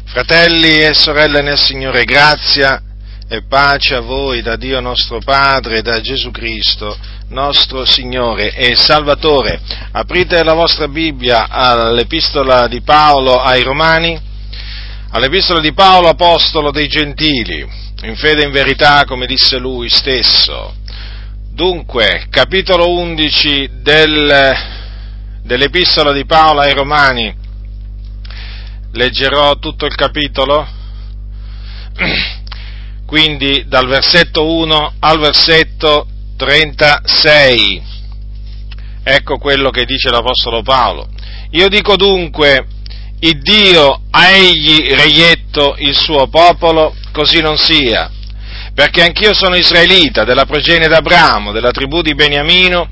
Fratelli e sorelle nel Signore, grazia e pace a voi da Dio nostro Padre e da Gesù Cristo, nostro Signore e Salvatore. Aprite la vostra Bibbia all'Epistola di Paolo ai Romani, all'Epistola di Paolo, apostolo dei Gentili, in fede e in verità, come disse lui stesso. Dunque, capitolo 11 dell'Epistola di Paolo ai Romani. Leggerò tutto il capitolo, quindi dal versetto 1 al versetto 36. Ecco quello che dice l'Apostolo Paolo. Io dico dunque, Iddio ha egli reietto il suo popolo, così non sia, perché anch'io sono israelita, della progenie d'Abramo, della tribù di Beniamino.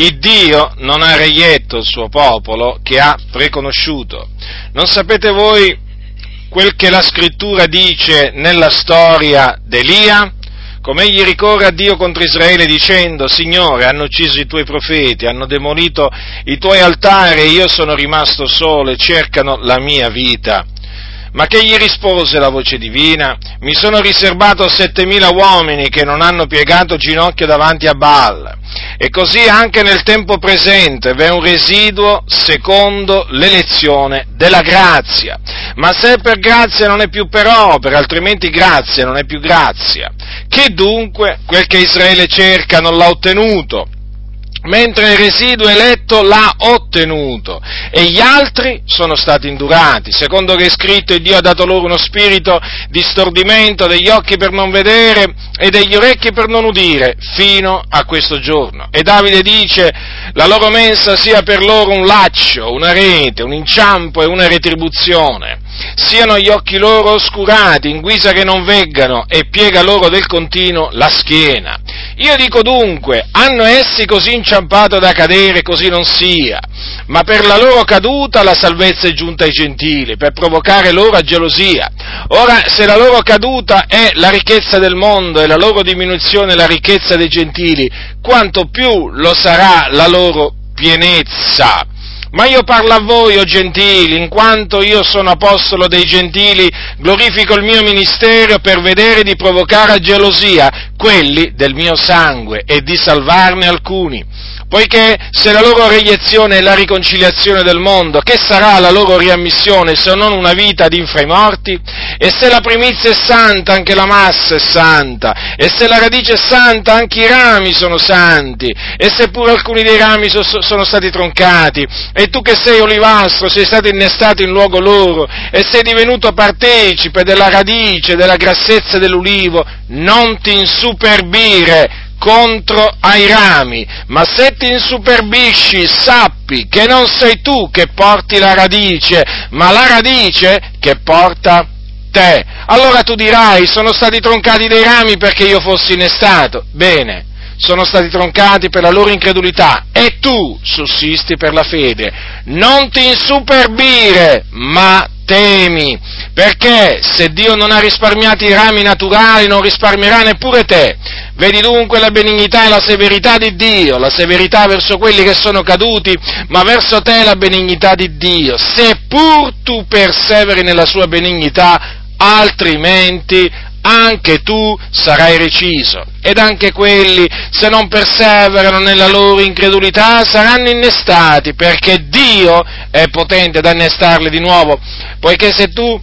Iddio non ha reietto il suo popolo che ha preconosciuto. Non sapete voi quel che la scrittura dice nella storia d'Elia? Come egli ricorre a Dio contro Israele dicendo: Signore, hanno ucciso i tuoi profeti, hanno demolito i tuoi altari e io sono rimasto solo e cercano la mia vita. Ma che gli rispose la voce divina? Mi sono riservato 7.000 uomini che non hanno piegato ginocchio davanti a Baal. E così anche nel tempo presente v'è un residuo secondo l'elezione della grazia. Ma se per grazia non è più per opera, altrimenti grazia non è più grazia. Che dunque quel che Israele cerca non l'ha ottenuto, mentre il residuo eletto l'ha ottenuto, e gli altri sono stati indurati, secondo che è scritto: Dio ha dato loro uno spirito di stordimento, degli occhi per non vedere e degli orecchi per non udire, fino a questo giorno. E Davide dice: la loro mensa sia per loro un laccio, una rete, un inciampo e una retribuzione. Siano gli occhi loro oscurati, in guisa che non veggano, e piega loro del continuo la schiena. Io dico dunque, hanno essi così inciampato da cadere, così non sia, ma per la loro caduta la salvezza è giunta ai gentili, per provocare loro a gelosia. Ora, se la loro caduta è la ricchezza del mondo e la loro diminuzione la ricchezza dei gentili, quanto più lo sarà la loro pienezza. Ma io parlo a voi, o gentili, in quanto io sono apostolo dei gentili, glorifico il mio ministero per vedere di provocare a gelosia quelli del mio sangue e di salvarne alcuni. Poiché se la loro reiezione è la riconciliazione del mondo, che sarà la loro riammissione se non una vita di infra i morti? E se la primizia è santa, anche la massa è santa, e se la radice è santa, anche i rami sono santi, e se pure alcuni dei rami sono stati troncati, e tu che sei olivastro sei stato innestato in luogo loro, e sei divenuto partecipe della radice, della grassezza dell'ulivo, non ti insuperbire contro ai rami, ma se ti insuperbisci sappi che non sei tu che porti la radice, ma la radice che porta te. Allora tu dirai: sono stati troncati dei rami perché io fossi innestato. Bene, sono stati troncati per la loro incredulità e tu sussisti per la fede. Non ti insuperbire, ma temi, perché se Dio non ha risparmiato i rami naturali, non risparmierà neppure te. Vedi dunque la benignità e la severità di Dio, la severità verso quelli che sono caduti, ma verso te la benignità di Dio, seppur tu perseveri nella sua benignità, altrimenti anche tu sarai reciso. Ed anche quelli, se non perseverano nella loro incredulità, saranno innestati, perché Dio è potente ad innestarli di nuovo. Poiché se tu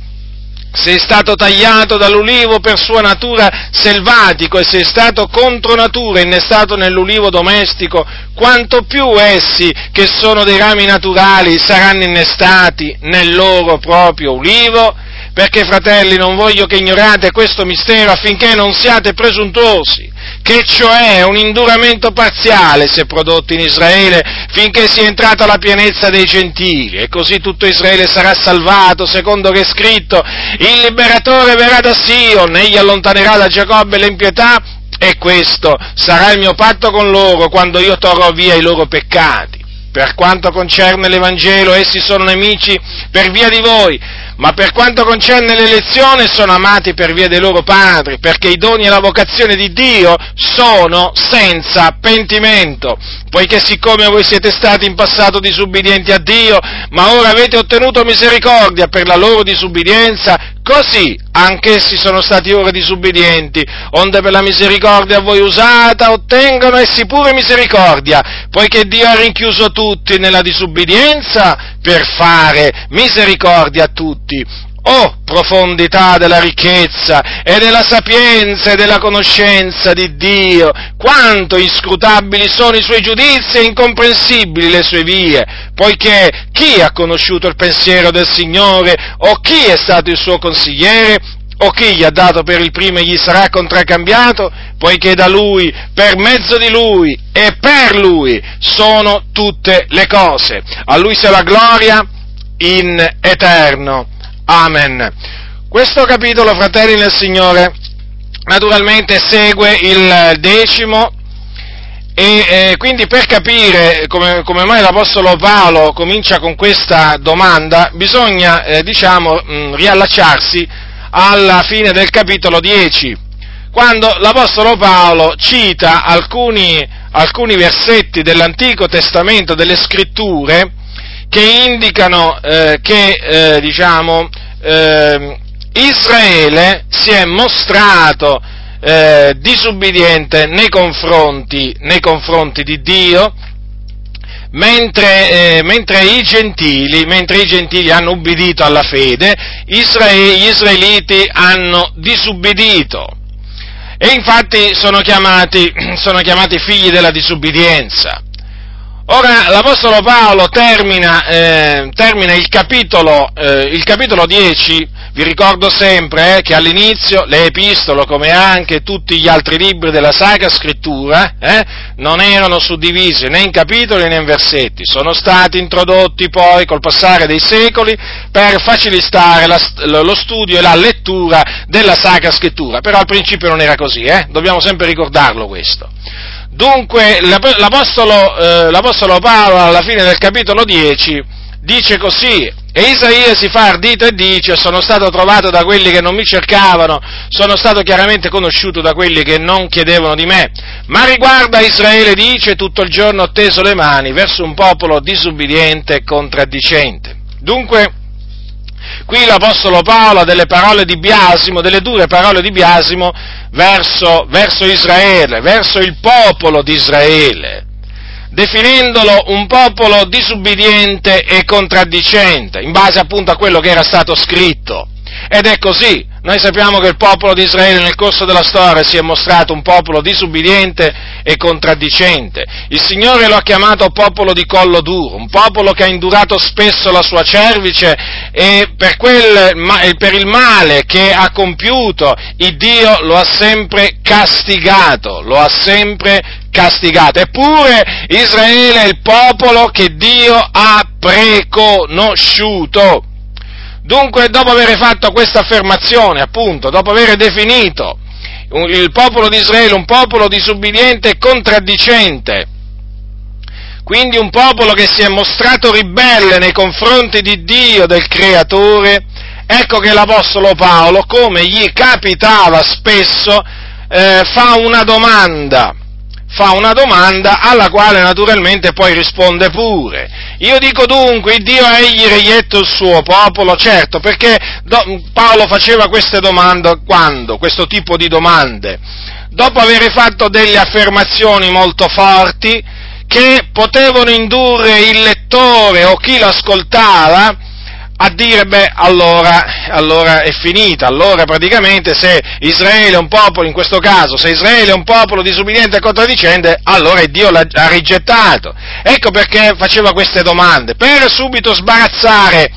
sei stato tagliato dall'ulivo per sua natura selvatico e sei stato contro natura innestato nell'ulivo domestico, quanto più essi, che sono dei rami naturali, saranno innestati nel loro proprio ulivo. Perché, fratelli, non voglio che ignorate questo mistero, affinché non siate presuntuosi, che cioè un induramento parziale si è prodotto in Israele, finché sia entrata la pienezza dei gentili, e così tutto Israele sarà salvato, secondo che è scritto: il liberatore verrà da Sion, egli allontanerà da Giacobbe l'impietà, e questo sarà il mio patto con loro, quando io torrò via i loro peccati. Per quanto concerne l'Evangelo, essi sono nemici per via di voi, ma per quanto concerne l'elezione sono amati per via dei loro padri, perché i doni e la vocazione di Dio sono senza pentimento, poiché siccome voi siete stati in passato disubbidienti a Dio, ma ora avete ottenuto misericordia per la loro disubbidienza, così anch'essi sono stati ora disubbidienti, onde per la misericordia a voi usata ottengono essi pure misericordia, poiché Dio ha rinchiuso tutti nella disubbidienza per fare misericordia a tutti. Oh, profondità della ricchezza e della sapienza e della conoscenza di Dio! Quanto inscrutabili sono i suoi giudizi e incomprensibili le sue vie! Poiché chi ha conosciuto il pensiero del Signore, o chi è stato il suo consigliere, o chi gli ha dato per il primo e gli sarà contraccambiato? Poiché da Lui, per mezzo di Lui e per Lui sono tutte le cose. A Lui sia la gloria in eterno. Amen. Questo capitolo, fratelli nel Signore, naturalmente segue il 10 e quindi per capire come mai l'Apostolo Paolo comincia con questa domanda bisogna, riallacciarsi alla fine del capitolo 10, quando l'Apostolo Paolo cita alcuni versetti dell'Antico Testamento, delle Scritture, che indicano Israele si è mostrato disubbidiente nei confronti di Dio, mentre i gentili hanno ubbidito alla fede, gli israeliti hanno disubbidito. E infatti sono chiamati figli della disubbidienza. Ora, l'Apostolo Paolo termina il capitolo 10, vi ricordo sempre che all'inizio le epistole, come anche tutti gli altri libri della Sacra Scrittura, non erano suddivisi né in capitoli né in versetti, sono stati introdotti poi col passare dei secoli per facilitare lo studio e la lettura della Sacra Scrittura, però al principio non era così, dobbiamo sempre ricordarlo questo. Dunque, l'Apostolo Paolo, alla fine del capitolo 10, dice così: e Isaia si fa ardito e dice: sono stato trovato da quelli che non mi cercavano, sono stato chiaramente conosciuto da quelli che non chiedevano di me. Ma riguardo a Israele dice: tutto il giorno ho teso le mani verso un popolo disubbidiente e contraddicente. Dunque, qui l'Apostolo Paolo ha delle parole di biasimo, delle dure parole di biasimo verso Israele, verso il popolo di Israele, definendolo un popolo disubbidiente e contraddicente, in base appunto a quello che era stato scritto. Ed è così. Noi sappiamo che il popolo di Israele nel corso della storia si è mostrato un popolo disubbidiente e contraddicente. Il Signore lo ha chiamato popolo di collo duro, un popolo che ha indurato spesso la sua cervice e per il male che ha compiuto, il Dio lo ha sempre castigato, Eppure Israele è il popolo che Dio ha preconosciuto. Dunque, dopo aver fatto questa affermazione, appunto, dopo aver definito il popolo di Israele un popolo disubbidiente e contraddicente, quindi un popolo che si è mostrato ribelle nei confronti di Dio, del Creatore, ecco che l'Apostolo Paolo, come gli capitava spesso, fa una domanda alla quale naturalmente poi risponde pure. Io dico dunque, il Dio ha egli reietto il suo popolo? Certo, perché Paolo faceva queste domande quando? Questo tipo di domande? Dopo aver fatto delle affermazioni molto forti che potevano indurre il lettore o chi l'ascoltava a dire, allora è finita, allora praticamente se Israele è un popolo, in questo caso, se Israele è un popolo disubbidiente e contraddicente, allora Dio l'ha rigettato. Ecco perché faceva queste domande, per subito sbarazzare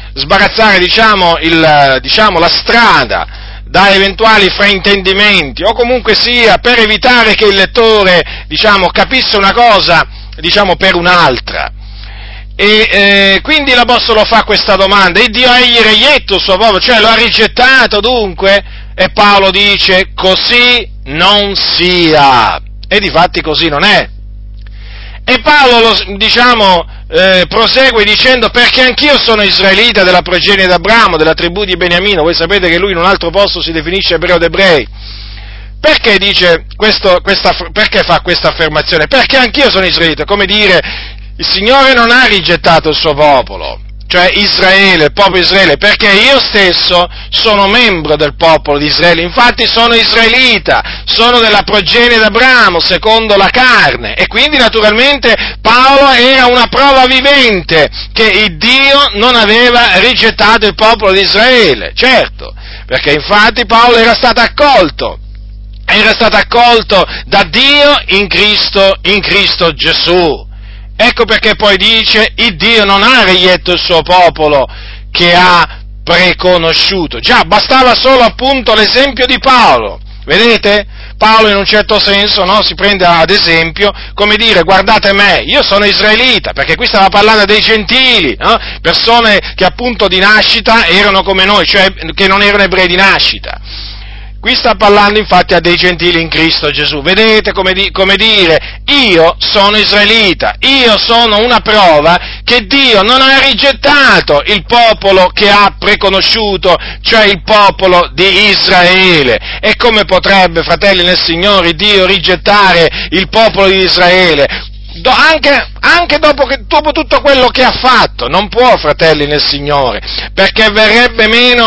la strada da eventuali fraintendimenti, o comunque sia per evitare che il lettore, capisse una cosa, per un'altra. E quindi l'Apostolo fa questa domanda: il Dio egli reietto il suo popolo, cioè lo ha rigettato dunque? E Paolo dice: così non sia. E difatti così non è. E Paolo, prosegue dicendo: perché anch'io sono israelita della progenie d'Abramo, della tribù di Beniamino. Voi sapete che lui in un altro posto si definisce ebreo d'ebrei. Perché dice perché fa questa affermazione? Perché anch'io sono israelita, come dire, il Signore non ha rigettato il suo popolo, cioè Israele, il popolo di Israele, perché io stesso sono membro del popolo di Israele, infatti sono israelita, sono della progenie d'Abramo, secondo la carne, e quindi naturalmente Paolo era una prova vivente che il Dio non aveva rigettato il popolo di Israele, certo, perché infatti Paolo era stato accolto da Dio in Cristo Gesù. Ecco perché poi dice, il Dio non ha reietto il suo popolo che ha preconosciuto. Già, bastava solo appunto l'esempio di Paolo. Vedete? Paolo in un certo senso, no, si prende ad esempio, come dire, guardate me, io sono israelita, perché qui stava parlando dei gentili, no? Persone che appunto di nascita erano come noi, cioè che non erano ebrei di nascita. Qui sta parlando infatti a dei gentili in Cristo Gesù. Vedete come dire, io sono israelita, io sono una prova che Dio non ha rigettato il popolo che ha preconosciuto, cioè il popolo di Israele. E come potrebbe, fratelli nel Signore, Dio rigettare il popolo di Israele? Anche dopo tutto quello che ha fatto, non può, fratelli nel Signore, perché verrebbe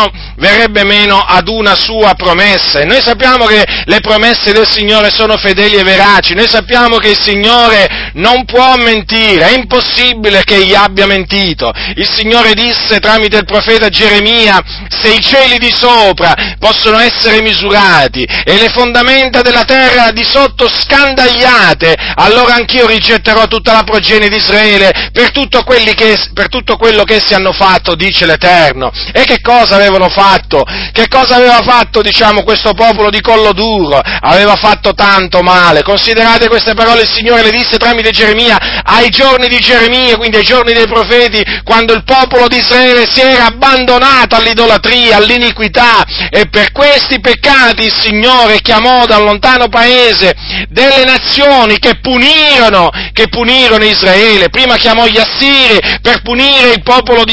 meno ad una sua promessa, e noi sappiamo che le promesse del Signore sono fedeli e veraci, noi sappiamo che il Signore non può mentire, è impossibile che egli abbia mentito. Il Signore disse tramite il profeta Geremia, se i cieli di sopra possono essere misurati e le fondamenta della terra di sotto scandagliate, allora anch'io rigetterò tutta la progenie di Israele per tutto quello che essi hanno fatto, dice l'Eterno. E che cosa avevano fatto? Che cosa aveva fatto, questo popolo di collo duro? Aveva fatto tanto male. Considerate queste parole, il Signore le disse tramite Geremia, ai giorni di Geremia, quindi ai giorni dei profeti, quando il popolo di Israele si era abbandonato all'idolatria, all'iniquità, e per questi peccati il Signore chiamò da un lontano paese delle nazioni che punirono Israele. Prima chiamò gli Assiri per punire il popolo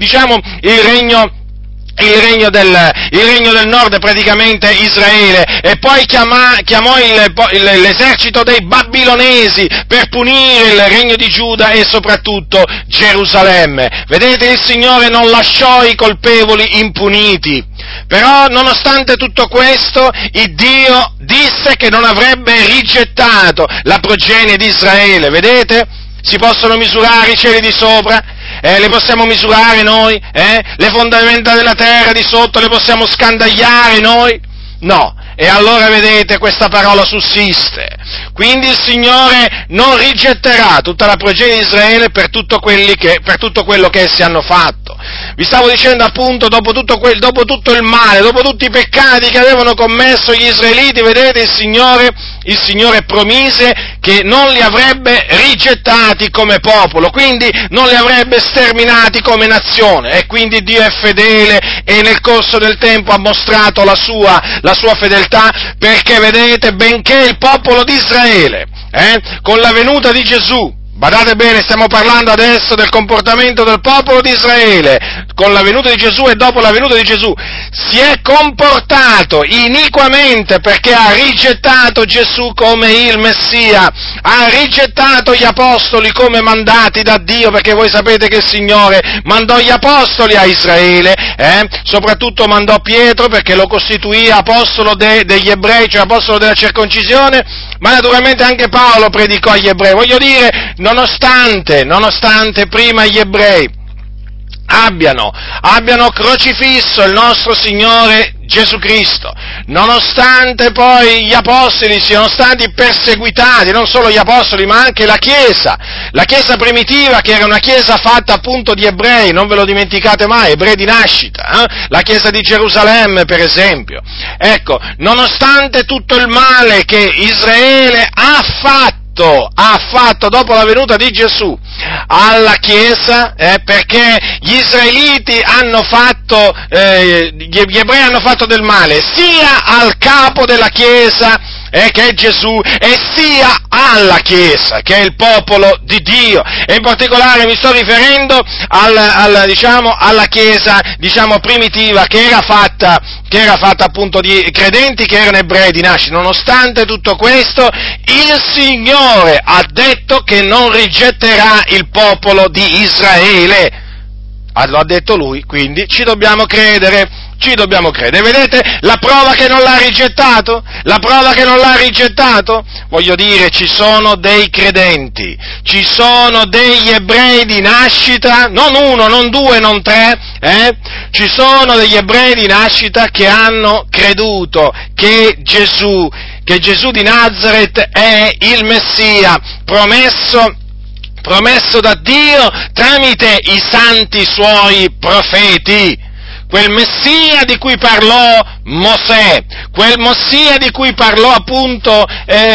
il regno del nord, praticamente Israele, e poi chiamò l'esercito dei babilonesi per punire il regno di Giuda e soprattutto Gerusalemme. Vedete, il Signore non lasciò i colpevoli impuniti. Però, nonostante tutto questo, il Dio disse che non avrebbe rigettato la progenie di Israele. Vedete? Si possono misurare i cieli di sopra? Le possiamo misurare noi? Le fondamenta della terra di sotto le possiamo scandagliare noi? No. E allora vedete, questa parola sussiste. Quindi il Signore non rigetterà tutta la progenie di Israele per tutto quello che essi hanno fatto. Vi stavo dicendo appunto, dopo tutto il male, dopo tutti i peccati che avevano commesso gli israeliti, vedete, il Signore promise che non li avrebbe rigettati come popolo, quindi non li avrebbe sterminati come nazione, e quindi Dio è fedele e nel corso del tempo ha mostrato la sua fedeltà, perché vedete, benché il popolo di Israele, con la venuta di Gesù, badate bene, stiamo parlando adesso del comportamento del popolo di Israele, con la venuta di Gesù e dopo la venuta di Gesù, si è comportato iniquamente perché ha rigettato Gesù come il Messia, ha rigettato gli apostoli come mandati da Dio, perché voi sapete che il Signore mandò gli apostoli a Israele, soprattutto mandò Pietro perché lo costituì apostolo degli ebrei, cioè apostolo della circoncisione, ma naturalmente anche Paolo predicò agli ebrei. Voglio dire, nonostante prima gli ebrei abbiano crocifisso il nostro Signore Gesù Cristo, nonostante poi gli apostoli siano stati perseguitati, non solo gli apostoli ma anche la Chiesa primitiva, che era una Chiesa fatta appunto di ebrei, non ve lo dimenticate mai, ebrei di nascita, la Chiesa di Gerusalemme per esempio. Ecco, nonostante tutto il male che Israele ha fatto dopo la venuta di Gesù alla Chiesa, perché gli israeliti gli ebrei hanno fatto del male sia al capo della Chiesa, che è Gesù, e sia alla Chiesa, che è il popolo di Dio, e in particolare mi sto riferendo alla Chiesa, primitiva, che era fatta appunto di credenti che erano ebrei di nascita. Nonostante tutto questo, il Signore ha detto che non rigetterà il popolo di Israele. Lo ha detto lui, quindi ci dobbiamo credere. Vedete la prova che non l'ha rigettato? La prova che non l'ha rigettato? Voglio dire, ci sono dei credenti, ci sono degli ebrei di nascita, non uno, non due, non tre, ci sono degli ebrei di nascita che hanno creduto che Gesù di Nazaret è il Messia promesso da Dio tramite i santi suoi profeti. Quel Messia di cui parlò Mosè, quel Messia di cui parlò appunto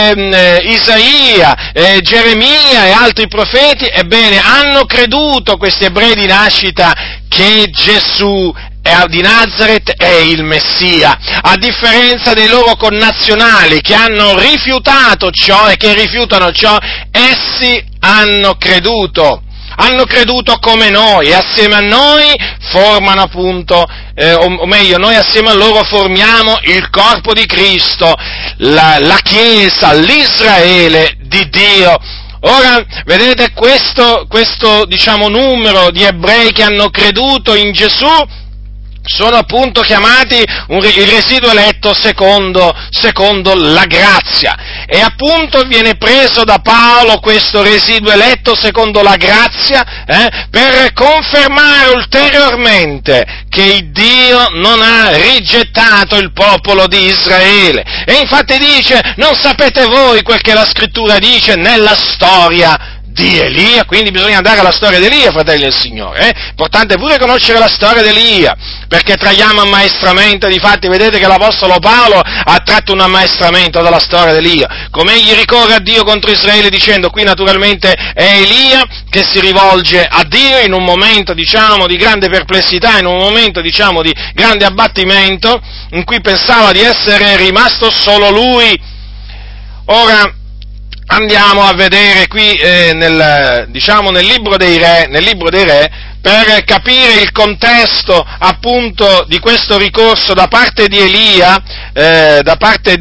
Isaia, Geremia e altri profeti, ebbene, hanno creduto questi ebrei di nascita che Gesù di Nazaret è il Messia, a differenza dei loro connazionali che hanno rifiutato ciò e che rifiutano ciò, essi hanno creduto come noi, e assieme a noi formano appunto, o meglio, noi assieme a loro formiamo il corpo di Cristo, la Chiesa, l'Israele di Dio. Ora, vedete, questo diciamo numero di ebrei che hanno creduto in Gesù sono appunto chiamati il residuo eletto secondo la grazia, e appunto viene preso da Paolo questo residuo eletto secondo la grazia per confermare ulteriormente che Dio non ha rigettato il popolo di Israele. E infatti dice: non sapete voi quel che la scrittura dice nella storia di Elia? Quindi bisogna andare alla storia di Elia, fratelli del Signore. Importante pure conoscere la storia di Elia, perché traiamo ammaestramento. Difatti vedete che l'Apostolo Paolo ha tratto un ammaestramento dalla storia di Elia, come egli ricorre a Dio contro Israele dicendo: qui naturalmente è Elia che si rivolge a Dio in un momento, diciamo, di grande perplessità, in un momento, diciamo, di grande abbattimento, in cui pensava di essere rimasto solo lui. Ora, andiamo a vedere qui nel libro dei Re, per capire il contesto appunto di questo ricorso da parte di Elia, da parte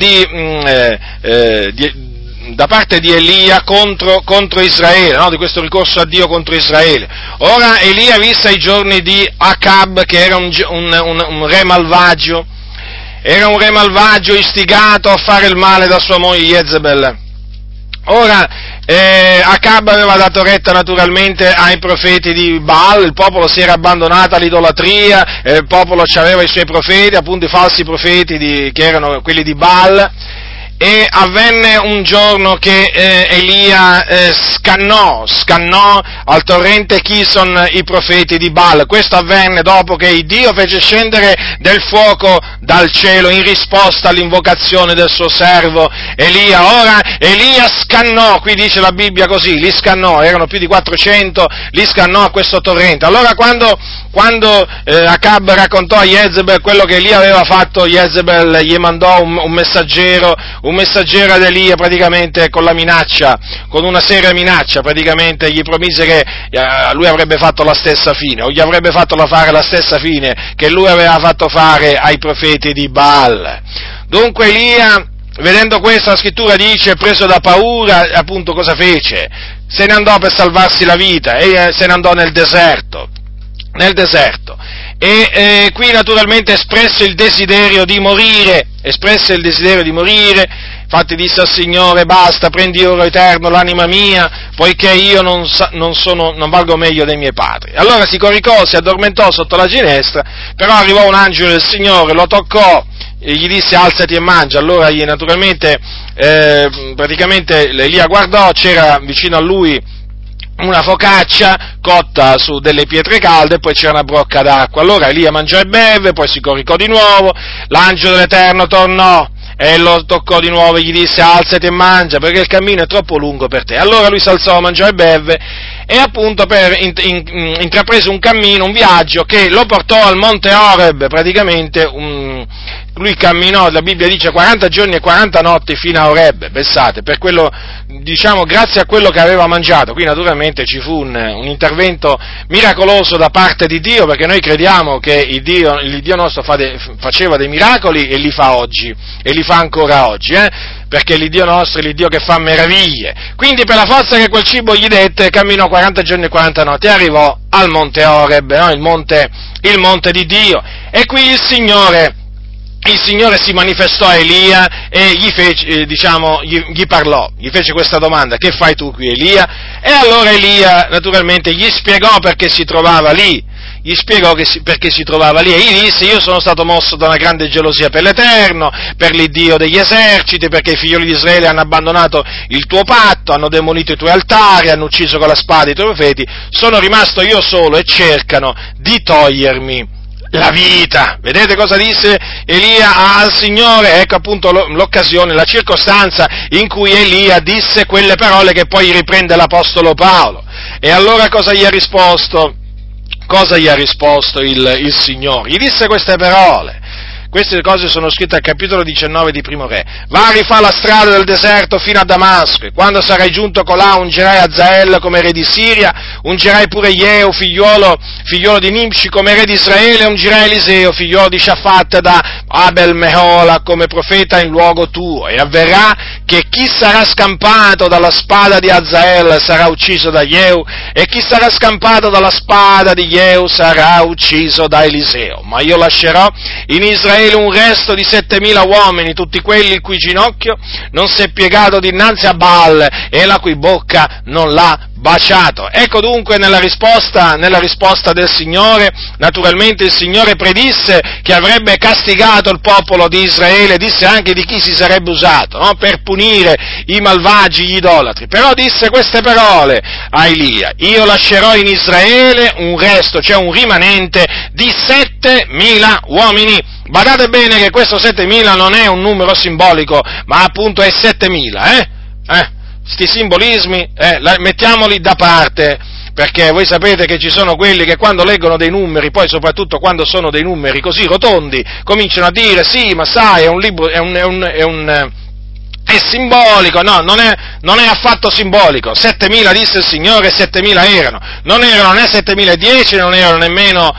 di Elia contro Israele, no? Di questo ricorso a Dio contro Israele. Ora Elia visse ai giorni di Acab, che era un re malvagio. Era un re malvagio istigato a fare il male da sua moglie Jezebel. Ora, Acab aveva dato retta naturalmente ai profeti di Baal, il popolo si era abbandonato all'idolatria, il popolo aveva i suoi profeti, appunto i falsi profeti che erano quelli di Baal, e avvenne un giorno che Elia scannò al torrente Chison i profeti di Baal. Questo avvenne dopo che Dio fece scendere del fuoco dal cielo in risposta all'invocazione del suo servo Elia. Ora Elia scannò, qui dice la Bibbia così, li scannò, erano più di 400, li scannò a questo torrente. Allora quando Acab raccontò a Jezebel quello che Elia aveva fatto, Jezebel gli mandò un messaggero ad Elia, praticamente con una seria minaccia, praticamente gli promise che lui avrebbe fatto la stessa fine, o gli avrebbe fatto fare la stessa fine che lui aveva fatto fare ai profeti di Baal. Dunque Elia, vedendo questo, la scrittura dice, preso da paura, appunto cosa fece? Se ne andò per salvarsi la vita, e se ne andò nel deserto, e qui naturalmente espresse il desiderio di morire, infatti disse al Signore: basta, prendi oro eterno l'anima mia, poiché io non valgo meglio dei miei padri. Allora si coricò, si addormentò sotto la ginestra, però arrivò un angelo del Signore, lo toccò e gli disse: alzati e mangia. Allora praticamente Elia guardò, c'era vicino a lui una focaccia cotta su delle pietre calde, e poi c'era una brocca d'acqua. Allora Elia mangiò e beve, poi si coricò di nuovo, l'angelo dell'Eterno tornò e lo toccò di nuovo e gli disse: alzati e mangia, perché il cammino è troppo lungo per te. Allora lui si alzò, mangiò e beve, e appunto intraprese un cammino, un viaggio che lo portò al monte Oreb. Praticamente lui camminò, la Bibbia dice, 40 giorni e 40 notti fino a Oreb, pensate, per quello, diciamo, grazie a quello che aveva mangiato. Qui naturalmente ci fu un intervento miracoloso da parte di Dio, perché noi crediamo che il Dio nostro faceva dei miracoli e li fa oggi, e li fa ancora oggi, perché l'Iddio nostro è l'Iddio che fa meraviglie. Quindi per la forza che quel cibo gli dette, camminò 40 giorni e 40 notti e arrivò al monte Oreb, no? il monte di Dio. E qui il Signore si manifestò a Elia e gli fece, gli parlò, gli fece questa domanda: che fai tu qui, Elia? E allora Elia naturalmente gli spiegò perché si trovava lì, perché si trovava lì, e gli disse: io sono stato mosso da una grande gelosia per l'Eterno, per l'Iddio degli eserciti, perché i figlioli di Israele hanno abbandonato il tuo patto, hanno demolito i tuoi altari, hanno ucciso con la spada i tuoi profeti, sono rimasto io solo e cercano di togliermi la vita. Vedete cosa disse Elia al Signore? Ecco appunto l'occasione, la circostanza in cui Elia disse quelle parole che poi riprende l'Apostolo Paolo. E allora cosa gli ha risposto? Il Signore? Gli disse queste parole. Queste cose sono scritte al capitolo 19 di Primo Re. Va, rifà la strada del deserto fino a Damasco, e quando sarai giunto colà ungerai Azael come re di Siria, ungerai pure Jehu, figliolo di Nimshi, come re di Israele, e ungerai Eliseo, figliolo di Shafat, da Abel Mehola, come profeta in luogo tuo. E avverrà che chi sarà scampato dalla spada di Azael sarà ucciso da Jehu, e chi sarà scampato dalla spada di Jehu sarà ucciso da Eliseo. Ma io lascerò in Israele un resto di 7.000 uomini, tutti quelli il cui ginocchio non si è piegato dinanzi a Baal e la cui bocca non l'ha baciato. Ecco dunque nella risposta del Signore, naturalmente il Signore predisse che avrebbe castigato il popolo di Israele, disse anche di chi si sarebbe usato, no? Per punire i malvagi, gli idolatri, però disse queste parole a Elia: io lascerò in Israele un resto, cioè un rimanente di 7.000 uomini. Badate bene che questo 7.000 non è un numero simbolico, ma appunto è 7.000, sti simbolismi, mettiamoli da parte, perché voi sapete che ci sono quelli che quando leggono dei numeri, poi soprattutto quando sono dei numeri così rotondi, cominciano a dire: sì, ma sai, è un libro, è simbolico. No, non è affatto simbolico. 7.000 disse il Signore, 7.000 erano. Non erano né 7.010, non erano nemmeno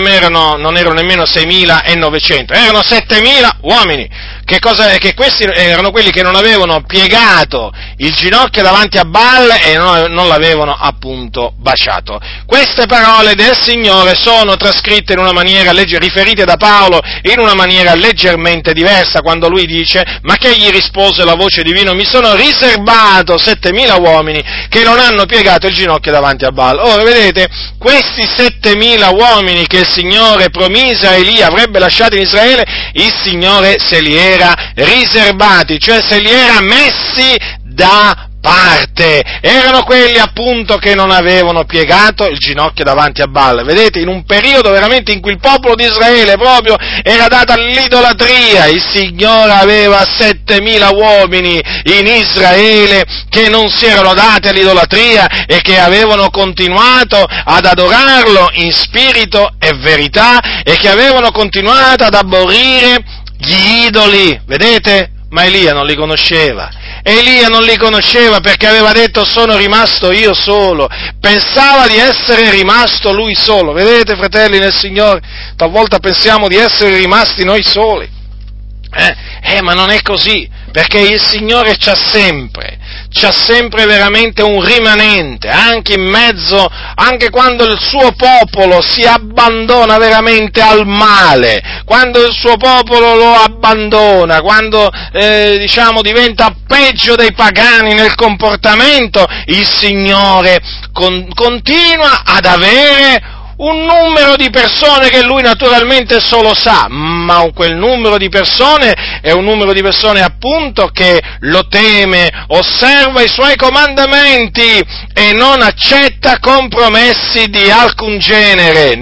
6.900, erano 7.000 uomini. Che questi erano quelli che non avevano piegato il ginocchio davanti a Baal e non l'avevano appunto baciato. Queste parole del Signore sono trascritte in una maniera riferite da Paolo in una maniera leggermente diversa, quando lui dice: ma che gli rispose la voce divina? Mi sono riservato 7.000 uomini che non hanno piegato il ginocchio davanti a Baal. Ora vedete, questi 7.000 uomini che il Signore promise a Elia avrebbe lasciato in Israele, il Signore se li era riservati, cioè se li era messi da parte. Erano quelli appunto che non avevano piegato il ginocchio davanti a Baal. Vedete, in un periodo veramente in cui il popolo di Israele proprio era dato all'idolatria, il Signore aveva 7.000 uomini in Israele che non si erano dati all'idolatria e che avevano continuato ad adorarlo in spirito e verità, e che avevano continuato ad aborrire gli idoli. Vedete? Ma Elia non li conosceva. Elia non li conosceva perché aveva detto: sono rimasto io solo. Pensava di essere rimasto lui solo. Vedete, fratelli nel Signore, talvolta pensiamo di essere rimasti noi soli. Ma non è così, perché il Signore c'ha sempre veramente un rimanente, anche in mezzo, anche quando il suo popolo si abbandona veramente al male, quando il suo popolo lo abbandona, quando diventa peggio dei pagani nel comportamento, il Signore continua ad avere un numero di persone che lui naturalmente solo sa, ma quel numero di persone è un numero di persone appunto che lo teme, osserva i suoi comandamenti e non accetta compromessi di alcun genere,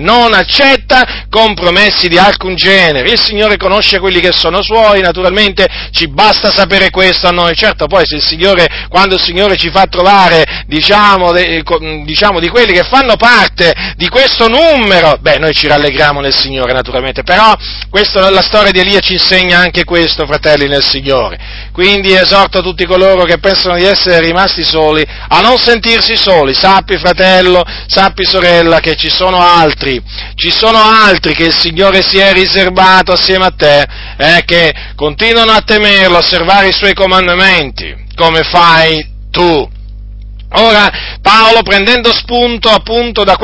Il Signore conosce quelli che sono suoi, naturalmente ci basta sapere questo a noi. Certo, poi quando il Signore ci fa trovare, di quelli che fanno parte di questo numero, noi ci rallegriamo nel Signore naturalmente, però la storia di Elia ci insegna anche questo, fratelli nel Signore. Quindi esorto tutti coloro che pensano di essere rimasti soli a non sentirsi soli. Sappi, fratello, sappi, sorella, che ci sono altri che il Signore si è riservato assieme a te, che continuano a temerlo, a osservare i suoi comandamenti, come fai tu. Ora, Paolo, prendendo spunto appunto da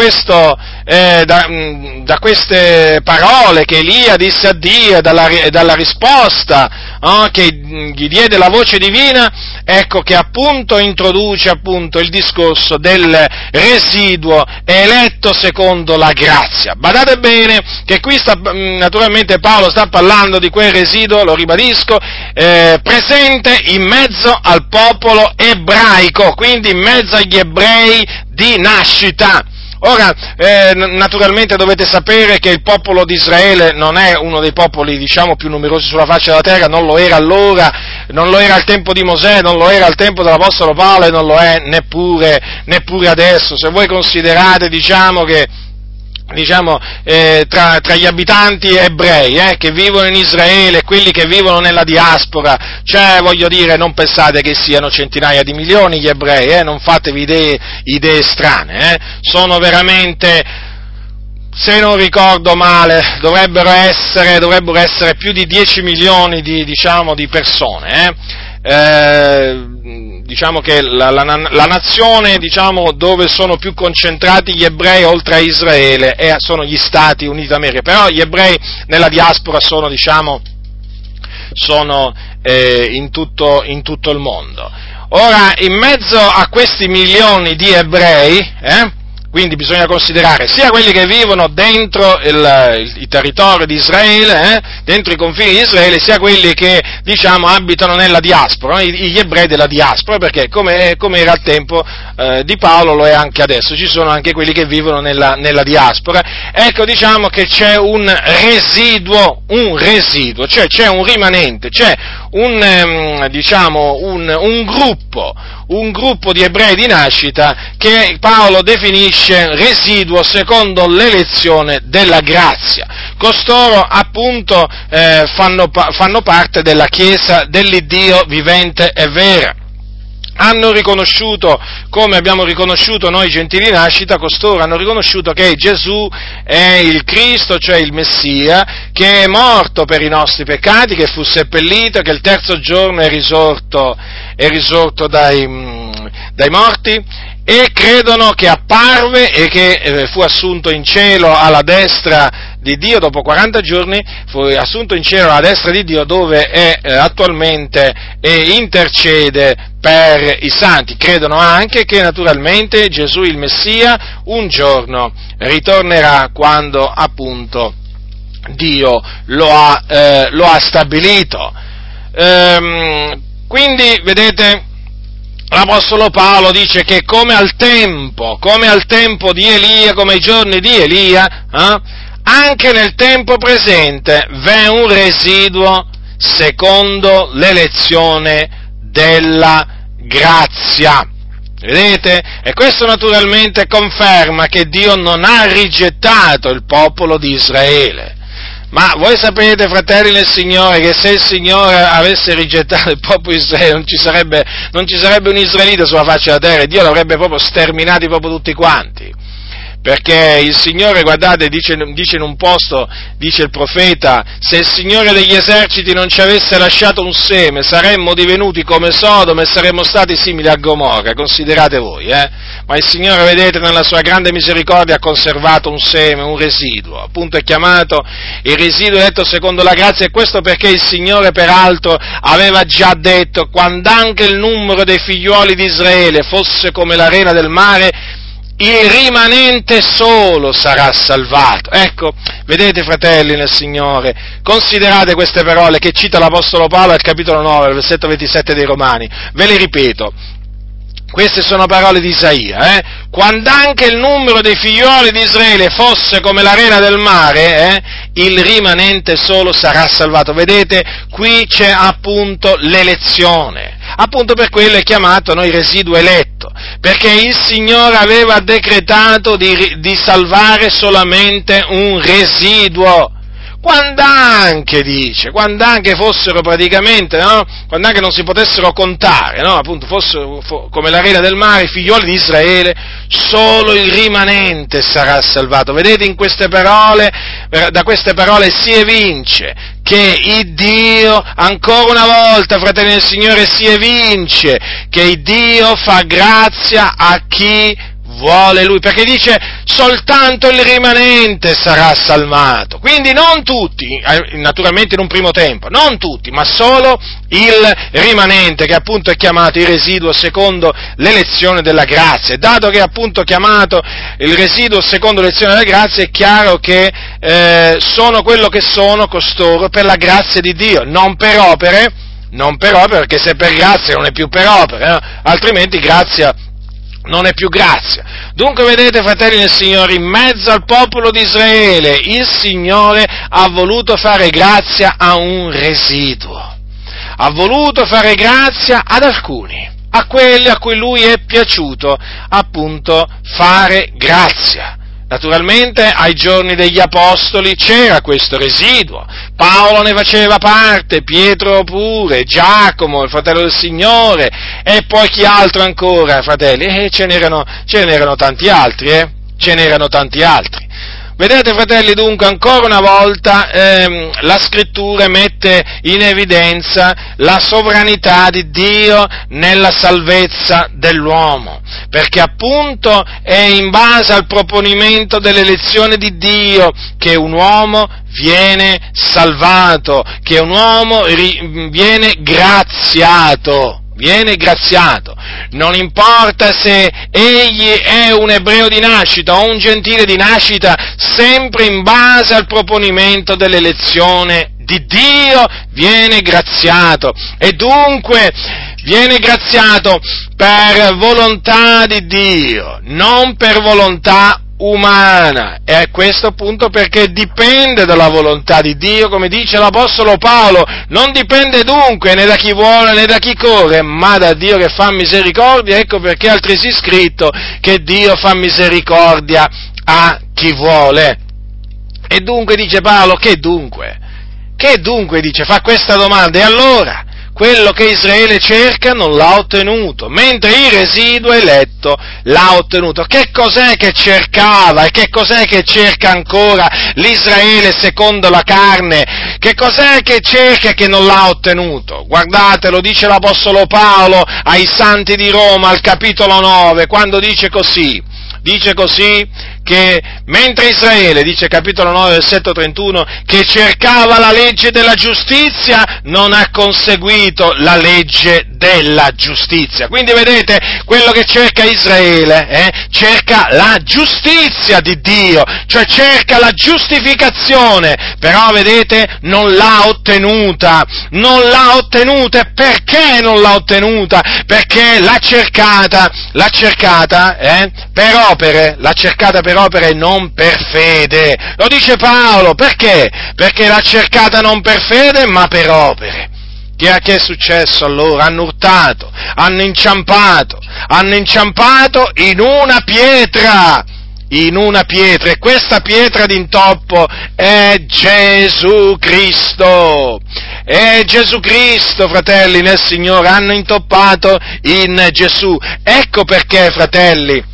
queste parole che Elia disse a Dio, e dalla risposta che gli diede la voce divina, ecco che appunto introduce appunto il discorso del residuo eletto secondo la grazia. Badate bene che qui naturalmente Paolo sta parlando di quel residuo, lo ribadisco, presente in mezzo al popolo ebraico, quindi in mezzo agli ebrei di nascita. Ora, naturalmente dovete sapere che il popolo di Israele non è uno dei popoli, diciamo, più numerosi sulla faccia della terra, non lo era allora, non lo era al tempo di Mosè, non lo era al tempo dell'Apostolo Paolo e non lo è neppure adesso. Se voi considerate, tra gli abitanti ebrei che vivono in Israele e quelli che vivono nella diaspora, cioè voglio dire, non pensate che siano centinaia di milioni gli ebrei, non fatevi idee strane, sono veramente, se non ricordo male, dovrebbero essere più di 10 milioni di persone, diciamo che la nazione, diciamo, dove sono più concentrati gli ebrei oltre a Israele sono gli Stati Uniti d'America, però gli ebrei nella diaspora sono in tutto il mondo. Ora, in mezzo a questi milioni di ebrei, quindi bisogna considerare sia quelli che vivono dentro il territorio di Israele, dentro i confini di Israele, sia quelli che, diciamo, abitano nella diaspora, gli ebrei della diaspora, perché come era al tempo di Paolo, lo è anche adesso, ci sono anche quelli che vivono nella diaspora. Ecco, diciamo che c'è un residuo, cioè c'è un rimanente, c'è un gruppo di ebrei di nascita che Paolo definisce residuo secondo l'elezione della grazia. Costoro appunto fanno parte della Chiesa dell'Iddio vivente e vera. Hanno riconosciuto, come abbiamo riconosciuto noi gentili di nascita, costoro hanno riconosciuto che Gesù è il Cristo, cioè il Messia, che è morto per i nostri peccati, che fu seppellito, che il terzo giorno è risorto dai morti, e credono che apparve e che fu assunto in cielo alla destra di Dio, dopo 40 giorni fu assunto in cielo alla destra di Dio, dove è attualmente e intercede per i santi. Credono anche che naturalmente Gesù il Messia un giorno ritornerà quando appunto Dio lo ha stabilito. Quindi vedete, l'Apostolo Paolo dice che come al tempo di Elia, come ai giorni di Elia, anche nel tempo presente v'è un residuo secondo l'elezione della grazia. Vedete? E questo naturalmente conferma che Dio non ha rigettato il popolo di Israele. Ma voi sapete, fratelli nel Signore, che se il Signore avesse rigettato il popolo di Israele non ci sarebbe un israelita sulla faccia della terra, e Dio l'avrebbe proprio sterminati proprio tutti quanti. Perché il Signore, guardate, dice in un posto, dice il profeta, se il Signore degli eserciti non ci avesse lasciato un seme, saremmo divenuti come Sodoma e saremmo stati simili a Gomorra, considerate voi, Ma il Signore, vedete, nella sua grande misericordia ha conservato un seme, un residuo, appunto è chiamato il residuo eletto secondo la grazia, e questo perché il Signore peraltro aveva già detto, quando anche il numero dei figliuoli di Israele fosse come l'arena del mare, il rimanente solo sarà salvato. Ecco, vedete, fratelli nel Signore, considerate queste parole che cita l'Apostolo Paolo al capitolo 9, al versetto 27 dei Romani, ve le ripeto. Queste sono parole di Isaia, Quando anche il numero dei figlioli di Israele fosse come l'arena del mare, il rimanente solo sarà salvato. Vedete, qui c'è appunto l'elezione. Appunto per quello è chiamato il residuo eletto, perché il Signore aveva decretato di salvare solamente un residuo. Quando anche fossero praticamente, quando anche non si potessero contare, appunto fossero come l'arena del mare, i figlioli di Israele, solo il rimanente sarà salvato. Vedete, in queste parole, da queste parole si evince che il Dio, ancora una volta, fratelli del Signore, si evince che il Dio fa grazia a chi vuole Lui, perché dice soltanto il rimanente sarà salvato, quindi non tutti, naturalmente in un primo tempo, non tutti, ma solo il rimanente, che appunto è chiamato il residuo secondo l'elezione della grazia. E dato che è appunto chiamato il residuo secondo l'elezione della grazia, è chiaro che sono quello che sono costoro per la grazia di Dio, non per opere, perché se per grazia non è più per opere, altrimenti grazia non è più grazia. Dunque vedete, fratelli del Signore, in mezzo al popolo di Israele il Signore ha voluto fare grazia a un residuo, ha voluto fare grazia ad alcuni, a quelli a cui Lui è piaciuto appunto fare grazia. Naturalmente ai giorni degli Apostoli c'era questo residuo, Paolo ne faceva parte, Pietro pure, Giacomo, il fratello del Signore, e poi chi altro ancora, fratelli? E ce n'erano tanti altri, ce n'erano tanti altri. Vedete, fratelli, dunque, ancora una volta la Scrittura mette in evidenza la sovranità di Dio nella salvezza dell'uomo, perché appunto è in base al proponimento dell'elezione di Dio che un uomo viene salvato, che un uomo viene graziato. Non importa se egli è un ebreo di nascita o un gentile di nascita, sempre in base al proponimento dell'elezione di Dio viene graziato, e dunque viene graziato per volontà di Dio, non per volontà umana, e a questo appunto perché dipende dalla volontà di Dio, come dice l'Apostolo Paolo, non dipende dunque né da chi vuole né da chi corre, ma da Dio che fa misericordia. Ecco perché è altresì scritto che Dio fa misericordia a chi vuole. E dunque dice Paolo, che dunque? Dice, fa questa domanda, e allora? Quello che Israele cerca non l'ha ottenuto, mentre il residuo eletto l'ha ottenuto. Che cos'è che cercava e che cos'è che cerca ancora l'Israele secondo la carne? Che cos'è che cerca e che non l'ha ottenuto? Guardate, lo dice l'Apostolo Paolo ai Santi di Roma al capitolo 9, quando dice così che mentre Israele, dice capitolo 9, versetto 31, che cercava la legge della giustizia, non ha conseguito la legge della giustizia. Quindi vedete, quello che cerca Israele, cerca la giustizia di Dio, cioè cerca la giustificazione, però vedete, non l'ha ottenuta, e perché non l'ha ottenuta? Perché l'ha cercata per opere e non per fede. Lo dice Paolo, perché? Perché l'ha cercata non per fede, ma per opere. Che è successo allora? Hanno urtato, hanno inciampato in una pietra, e questa pietra d'intoppo è Gesù Cristo. È Gesù Cristo, fratelli nel Signore, hanno intoppato in Gesù. Ecco perché, fratelli,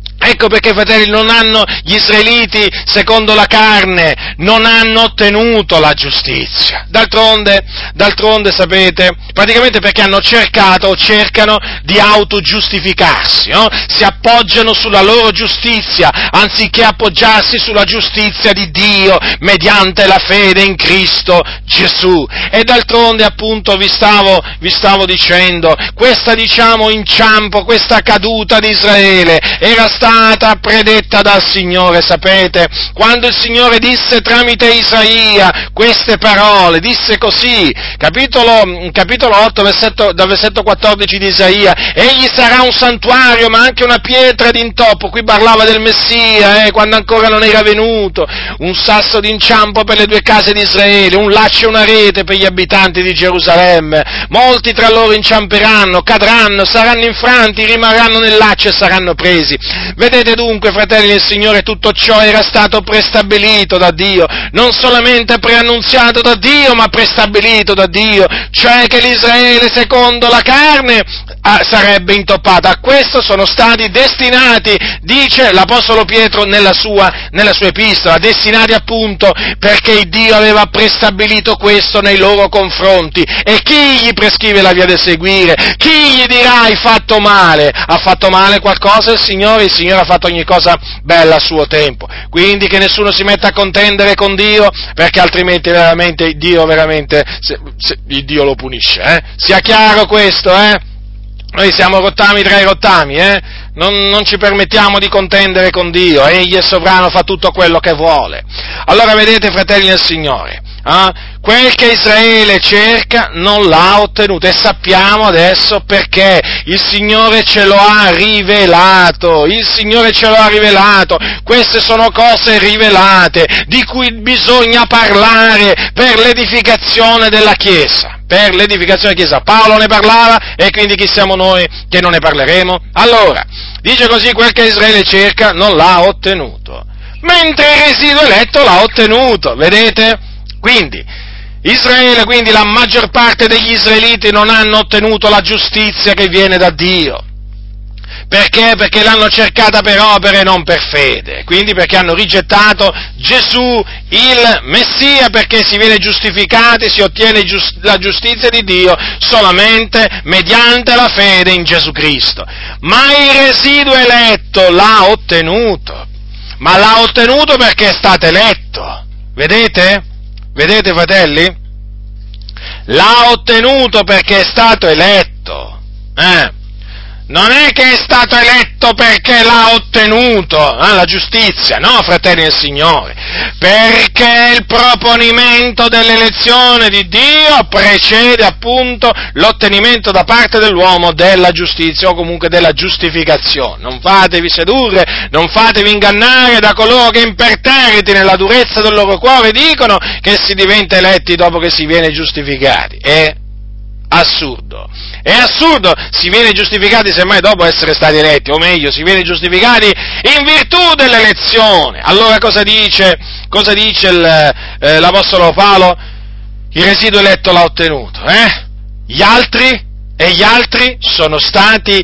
gli israeliti, secondo la carne, non hanno ottenuto la giustizia. D'altronde, sapete, praticamente perché hanno cercato o cercano di autogiustificarsi, no? Si appoggiano sulla loro giustizia, anziché appoggiarsi sulla giustizia di Dio, mediante la fede in Cristo Gesù. E d'altronde, appunto, vi stavo dicendo, questa, inciampo, questa caduta di Israele, era stata predetta dal Signore, sapete? Quando il Signore disse tramite Isaia queste parole, disse così, capitolo 8, dal versetto 14 di Isaia: egli sarà un santuario ma anche una pietra d'intoppo. Qui parlava del Messia, quando ancora non era venuto, un sasso d'inciampo per le due case di Israele, un laccio e una rete per gli abitanti di Gerusalemme. Molti tra loro inciamperanno, cadranno, saranno infranti, rimarranno nel laccio e saranno presi. Vedete dunque, fratelli del Signore, tutto ciò era stato prestabilito da Dio, non solamente preannunziato da Dio, ma prestabilito da Dio, cioè che l'Israele secondo la carne sarebbe intoppata. A questo sono stati destinati, dice l'Apostolo Pietro nella sua epistola, destinati appunto perché Dio aveva prestabilito questo nei loro confronti. E chi gli prescrive la via da seguire? Chi gli dirà hai fatto male? Ha fatto male qualcosa il Signore ha fatto ogni cosa bella a suo tempo. Quindi che nessuno si metta a contendere con Dio, perché altrimenti veramente Dio lo punisce, Sia chiaro questo, Noi siamo rottami tra i rottami, Non ci permettiamo di contendere con Dio, Egli è sovrano, fa tutto quello che vuole. Allora vedete, fratelli del Signore, quel che Israele cerca non l'ha ottenuto, e sappiamo adesso perché. Il Signore ce lo ha rivelato, queste sono cose rivelate, di cui bisogna parlare per l'edificazione della Chiesa. Paolo ne parlava, e quindi chi siamo noi che non ne parleremo? Allora, dice così: quel che Israele cerca non l'ha ottenuto, mentre il residuo eletto l'ha ottenuto, vedete? Quindi la maggior parte degli israeliti non hanno ottenuto la giustizia che viene da Dio. Perché? Perché l'hanno cercata per opere e non per fede, quindi perché hanno rigettato Gesù, il Messia, perché si viene giustificati, si ottiene la giustizia di Dio solamente mediante la fede in Gesù Cristo. Ma il residuo eletto l'ha ottenuto, perché è stato eletto, vedete? Vedete, fratelli? L'ha ottenuto perché è stato eletto, Non è che è stato eletto perché l'ha ottenuto, la giustizia, no, fratelli del Signore, perché il proponimento dell'elezione di Dio precede appunto l'ottenimento da parte dell'uomo della giustizia, o comunque della giustificazione. Non fatevi sedurre, non fatevi ingannare da coloro che imperterriti nella durezza del loro cuore dicono che si diventa eletti dopo che si viene giustificati. È assurdo, si viene giustificati semmai dopo essere stati eletti, o meglio, si viene giustificati in virtù dell'elezione. Allora cosa dice l'Apostolo Paolo? Il residuo eletto l'ha ottenuto, Gli altri sono stati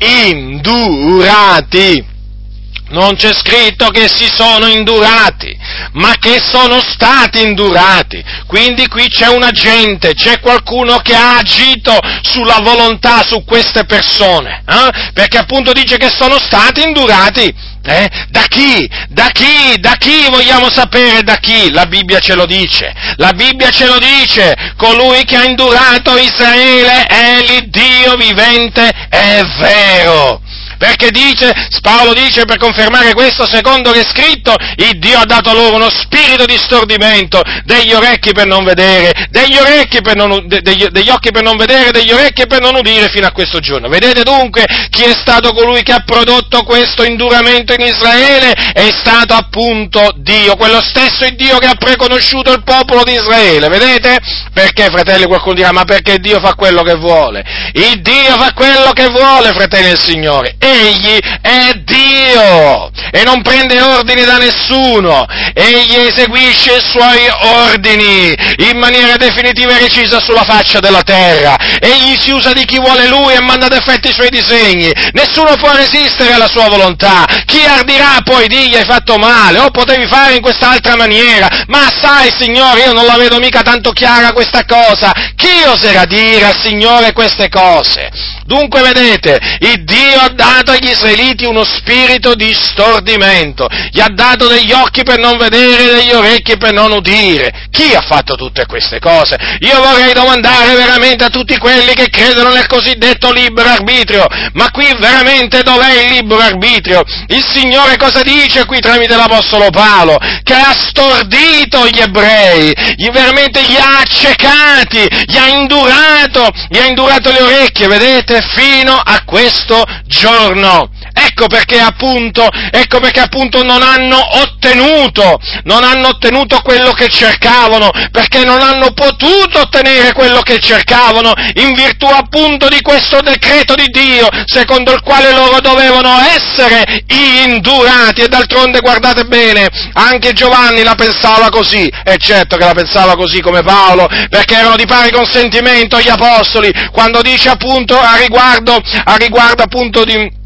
indurati. Non c'è scritto che si sono indurati, ma che sono stati indurati. Quindi qui c'è un agente, c'è qualcuno che ha agito sulla volontà, su queste persone, perché appunto dice che sono stati indurati. Da chi? Vogliamo sapere da chi? La Bibbia ce lo dice, colui che ha indurato Israele è l'Iddio vivente e vero. Perché Paolo dice, per confermare questo, secondo che è scritto, il Dio ha dato loro uno spirito di stordimento, degli orecchi per non vedere, degli occhi per non vedere, degli orecchi per non udire fino a questo giorno. Vedete dunque chi è stato colui che ha prodotto questo induramento in Israele? È stato appunto Dio, quello stesso Dio che ha preconosciuto il popolo di Israele, vedete? Perché, fratelli, qualcuno dirà, ma perché Dio fa quello che vuole? Il Dio fa quello che vuole, fratelli del Signore. Egli è Dio e non prende ordini da nessuno, egli eseguisce i suoi ordini in maniera definitiva e recisa sulla faccia della terra, egli si usa di chi vuole lui e manda ad effetto i suoi disegni, nessuno può resistere alla sua volontà. Chi ardirà poi digli hai fatto male, o potevi fare in quest'altra maniera, ma sai Signore, io non la vedo mica tanto chiara questa cosa, chi oserà dire al Signore queste cose? Dunque vedete, il Dio ha dato agli israeliti uno spirito di stordimento, gli ha dato degli occhi per non vedere e degli orecchi per non udire. Chi ha fatto tutte queste cose? Io vorrei domandare veramente a tutti quelli che credono nel cosiddetto libero arbitrio, ma qui veramente dov'è il libero arbitrio? Il Signore cosa dice qui tramite l'Apostolo Paolo? Che ha stordito gli ebrei, veramente li ha accecati, gli ha indurato le orecchie, vedete? Fino a questo giorno. ecco perché appunto non hanno ottenuto quello che cercavano, perché non hanno potuto ottenere quello che cercavano, in virtù appunto di questo decreto di Dio, secondo il quale loro dovevano essere indurati. E d'altronde, guardate bene, anche Giovanni la pensava così, e certo che la pensava così come Paolo, perché erano di pari consentimento gli apostoli, quando dice appunto a riguardo appunto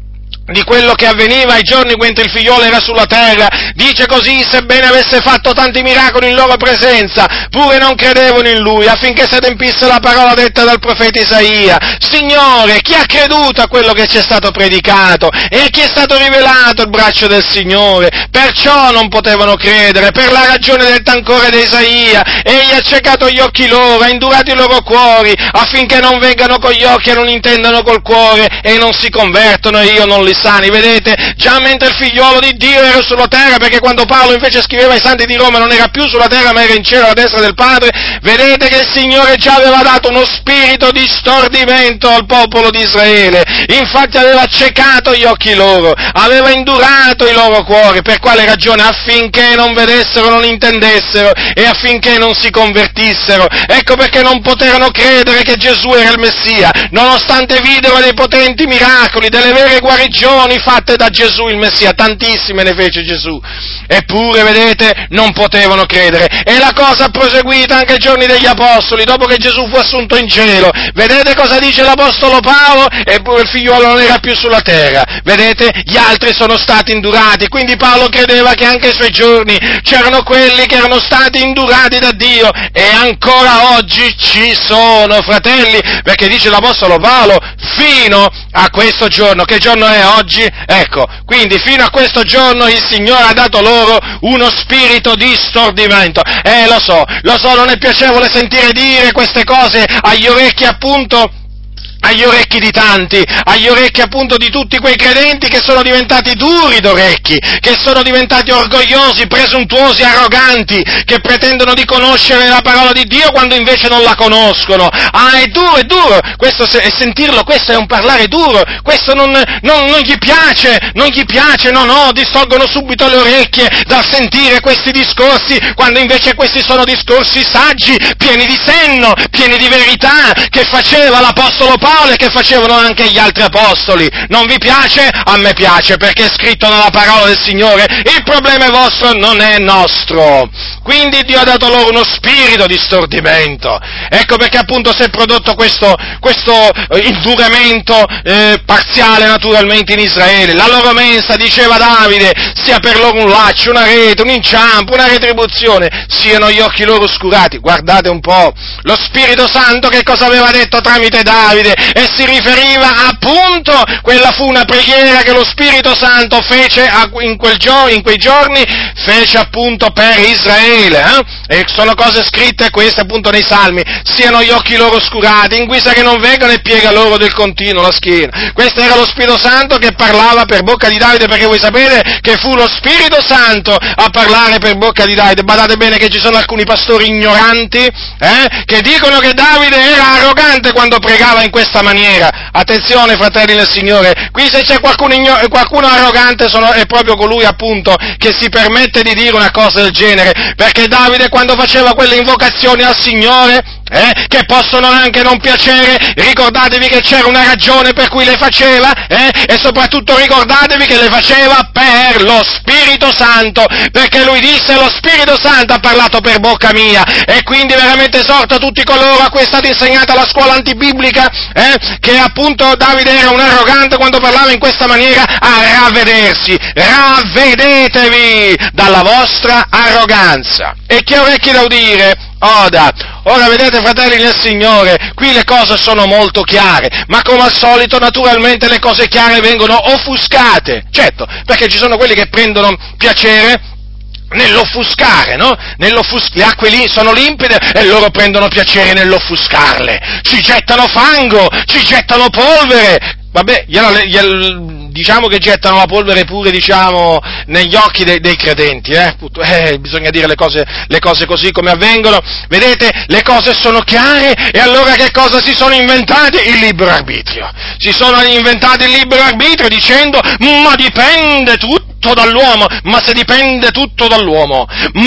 di quello che avveniva ai giorni mentre il figliolo era sulla terra, dice così: sebbene avesse fatto tanti miracoli in loro presenza, pure non credevano in lui, affinché si adempisse la parola detta dal profeta Isaia: Signore, chi ha creduto a quello che ci è stato predicato, e a chi è stato rivelato il braccio del Signore? Perciò non potevano credere, per la ragione detta ancora di Isaia: egli ha ciecato gli occhi loro, ha indurato i loro cuori, affinché non vengano con gli occhi e non intendano col cuore, e non si convertono, e io non li sani. Vedete, già mentre il figliolo di Dio era sulla terra, perché quando Paolo invece scriveva ai santi di Roma non era più sulla terra ma era in cielo alla destra del Padre, vedete che il Signore già aveva dato uno spirito di stordimento al popolo di Israele. Infatti aveva ciecato gli occhi loro, aveva indurato i loro cuori. Per quale ragione? Affinché non vedessero, non intendessero, e affinché non si convertissero. Ecco perché non poterono credere che Gesù era il Messia, nonostante videro dei potenti miracoli, delle vere guarigioni fatte da Gesù il Messia, tantissime ne fece Gesù, eppure, vedete, non potevano credere. E la cosa ha proseguito anche ai giorni degli Apostoli, dopo che Gesù fu assunto in cielo. Vedete cosa dice l'Apostolo Paolo? Eppure il figliuolo non era più sulla terra, vedete, gli altri sono stati indurati, quindi Paolo credeva che anche ai suoi giorni c'erano quelli che erano stati indurati da Dio, e ancora oggi ci sono, fratelli, perché dice l'Apostolo Paolo: fino a questo giorno. Che giorno è oggi? Ecco, quindi fino a questo giorno il Signore ha dato loro uno spirito di stordimento. Lo so, non è piacevole sentire dire queste cose agli orecchi appunto, agli orecchi di tanti, agli orecchi appunto di tutti quei credenti che sono diventati duri d'orecchi, che sono diventati orgogliosi, presuntuosi, arroganti, che pretendono di conoscere la parola di Dio quando invece non la conoscono. Ah, è duro, questo è sentirlo, questo è un parlare duro, questo non gli piace, no, distolgono subito le orecchie dal sentire questi discorsi, quando invece questi sono discorsi saggi, pieni di senno, pieni di verità, che faceva l'Apostolo Paolo e che facevano anche gli altri apostoli. Non vi piace? A me piace, perché è scritto nella parola del Signore: il problema è vostro, non è nostro. Quindi Dio ha dato loro uno spirito di stordimento. Ecco perché appunto si è prodotto questo induramento parziale naturalmente in Israele. La loro mensa, diceva Davide, sia per loro un laccio, una rete, un inciampo, una retribuzione, siano gli occhi loro oscurati. Guardate un po', lo Spirito Santo che cosa aveva detto tramite Davide? E si riferiva appunto, quella fu una preghiera che lo Spirito Santo fece in quei giorni, fece appunto per Israele, e sono cose scritte queste appunto nei Salmi: siano gli occhi loro oscurati, in guisa che non vengano, e piega loro del continuo la schiena. Questo era lo Spirito Santo che parlava per bocca di Davide, perché voi sapete che fu lo Spirito Santo a parlare per bocca di Davide. Badate bene che ci sono alcuni pastori ignoranti, che dicono che Davide era arrogante quando pregava in questa maniera. Attenzione, fratelli del Signore, qui se c'è qualcuno arrogante è proprio colui appunto che si permette di dire una cosa del genere, perché Davide, quando faceva quelle invocazioni al Signore, che possono anche non piacere, ricordatevi che c'era una ragione per cui le faceva, e soprattutto ricordatevi che le faceva per lo Spirito Santo, perché lui disse: lo Spirito Santo ha parlato per bocca mia. E quindi veramente esorto tutti coloro a cui è stata insegnata la scuola antibiblica, che appunto Davide era un arrogante quando parlava in questa maniera, a ravvedersi. Ravvedetevi dalla vostra arroganza. E chi ha orecchi da udire oda. Ora vedete, fratelli nel Signore, qui le cose sono molto chiare, ma come al solito naturalmente le cose chiare vengono offuscate, certo, perché ci sono quelli che prendono piacere nell'offuscare, no? Le acque lì sono limpide e loro prendono piacere nell'offuscarle, ci gettano fango, ci gettano polvere. vabbè, diciamo che gettano la polvere pure, diciamo, negli occhi dei credenti, bisogna dire le cose così come avvengono. Vedete, le cose sono chiare, e allora che cosa si sono inventati? Il libero arbitrio. Si sono inventati il libero arbitrio dicendo, ma dipende tutto dall'uomo. Ma se dipende tutto dall'uomo,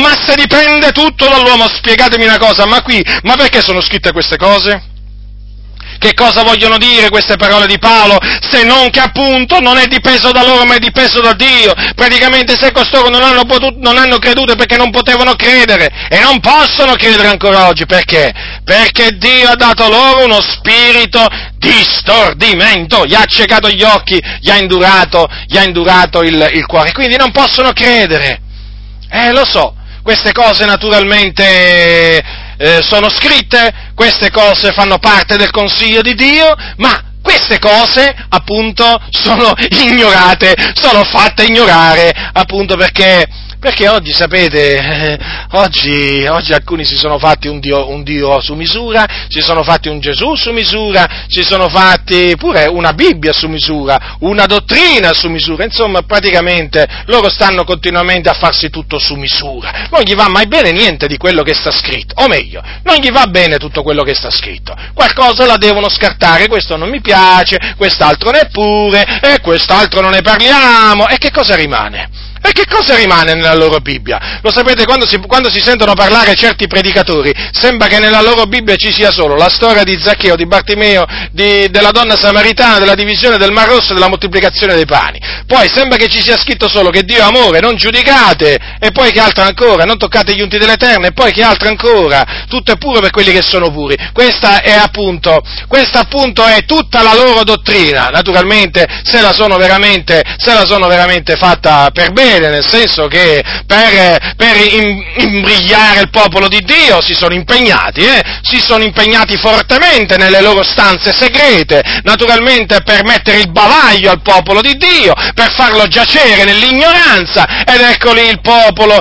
spiegatemi una cosa, ma perché sono scritte queste cose? Che cosa vogliono dire queste parole di Paolo? Se non che appunto non è dipeso da loro, ma è dipeso da Dio. Praticamente se costoro non hanno creduto è perché non potevano credere, e non possono credere ancora oggi. Perché? Perché Dio ha dato loro uno spirito di stordimento, gli ha accecato gli occhi, gli ha indurato il cuore, quindi non possono credere. Lo so, queste cose naturalmente sono scritte, queste cose fanno parte del consiglio di Dio, ma queste cose, appunto, sono ignorate, sono fatte ignorare, appunto perché oggi, sapete, oggi alcuni si sono fatti un Dio su misura, si sono fatti un Gesù su misura, si sono fatti pure una Bibbia su misura, una dottrina su misura, insomma, praticamente loro stanno continuamente a farsi tutto su misura. Non gli va mai bene niente di quello che sta scritto, o meglio, non gli va bene tutto quello che sta scritto. Qualcosa la devono scartare, questo non mi piace, quest'altro neppure, e quest'altro non ne parliamo, e che cosa rimane? E che cosa rimane nella loro Bibbia? Lo sapete, quando si sentono parlare certi predicatori, sembra che nella loro Bibbia ci sia solo la storia di Zaccheo, di Bartimeo, della donna samaritana, della divisione del Mar Rosso e della moltiplicazione dei pani. Poi sembra che ci sia scritto solo che Dio è amore, non giudicate, e poi che altro ancora, non toccate gli unti dell'Eterno, e poi che altro ancora, tutto è puro per quelli che sono puri. Questa appunto è tutta la loro dottrina. Naturalmente se la sono veramente fatta per bene, nel senso che per imbrigliare il popolo di Dio si sono impegnati fortemente nelle loro stanze segrete, naturalmente per mettere il bavaglio al popolo di Dio, per farlo giacere nell'ignoranza, ed ecco lì il popolo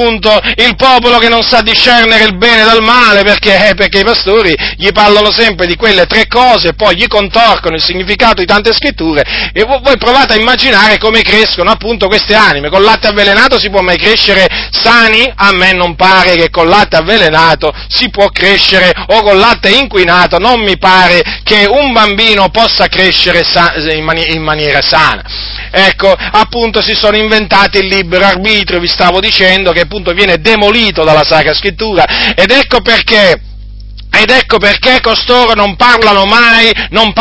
che non sa discernere il bene dal male, perché i pastori gli parlano sempre di quelle tre cose e poi gli contorcono il significato di tante scritture, e voi provate a immaginare come crescono appunto queste anime. Con latte avvelenato si può mai crescere sani? A me non pare che con latte avvelenato si può crescere, o con latte inquinato, non mi pare che un bambino possa crescere in maniera sana. Ecco, appunto si sono inventati il libero arbitrio, vi stavo dicendo, che appunto viene demolito dalla Sacra Scrittura, ed ecco perché costoro non parlano mai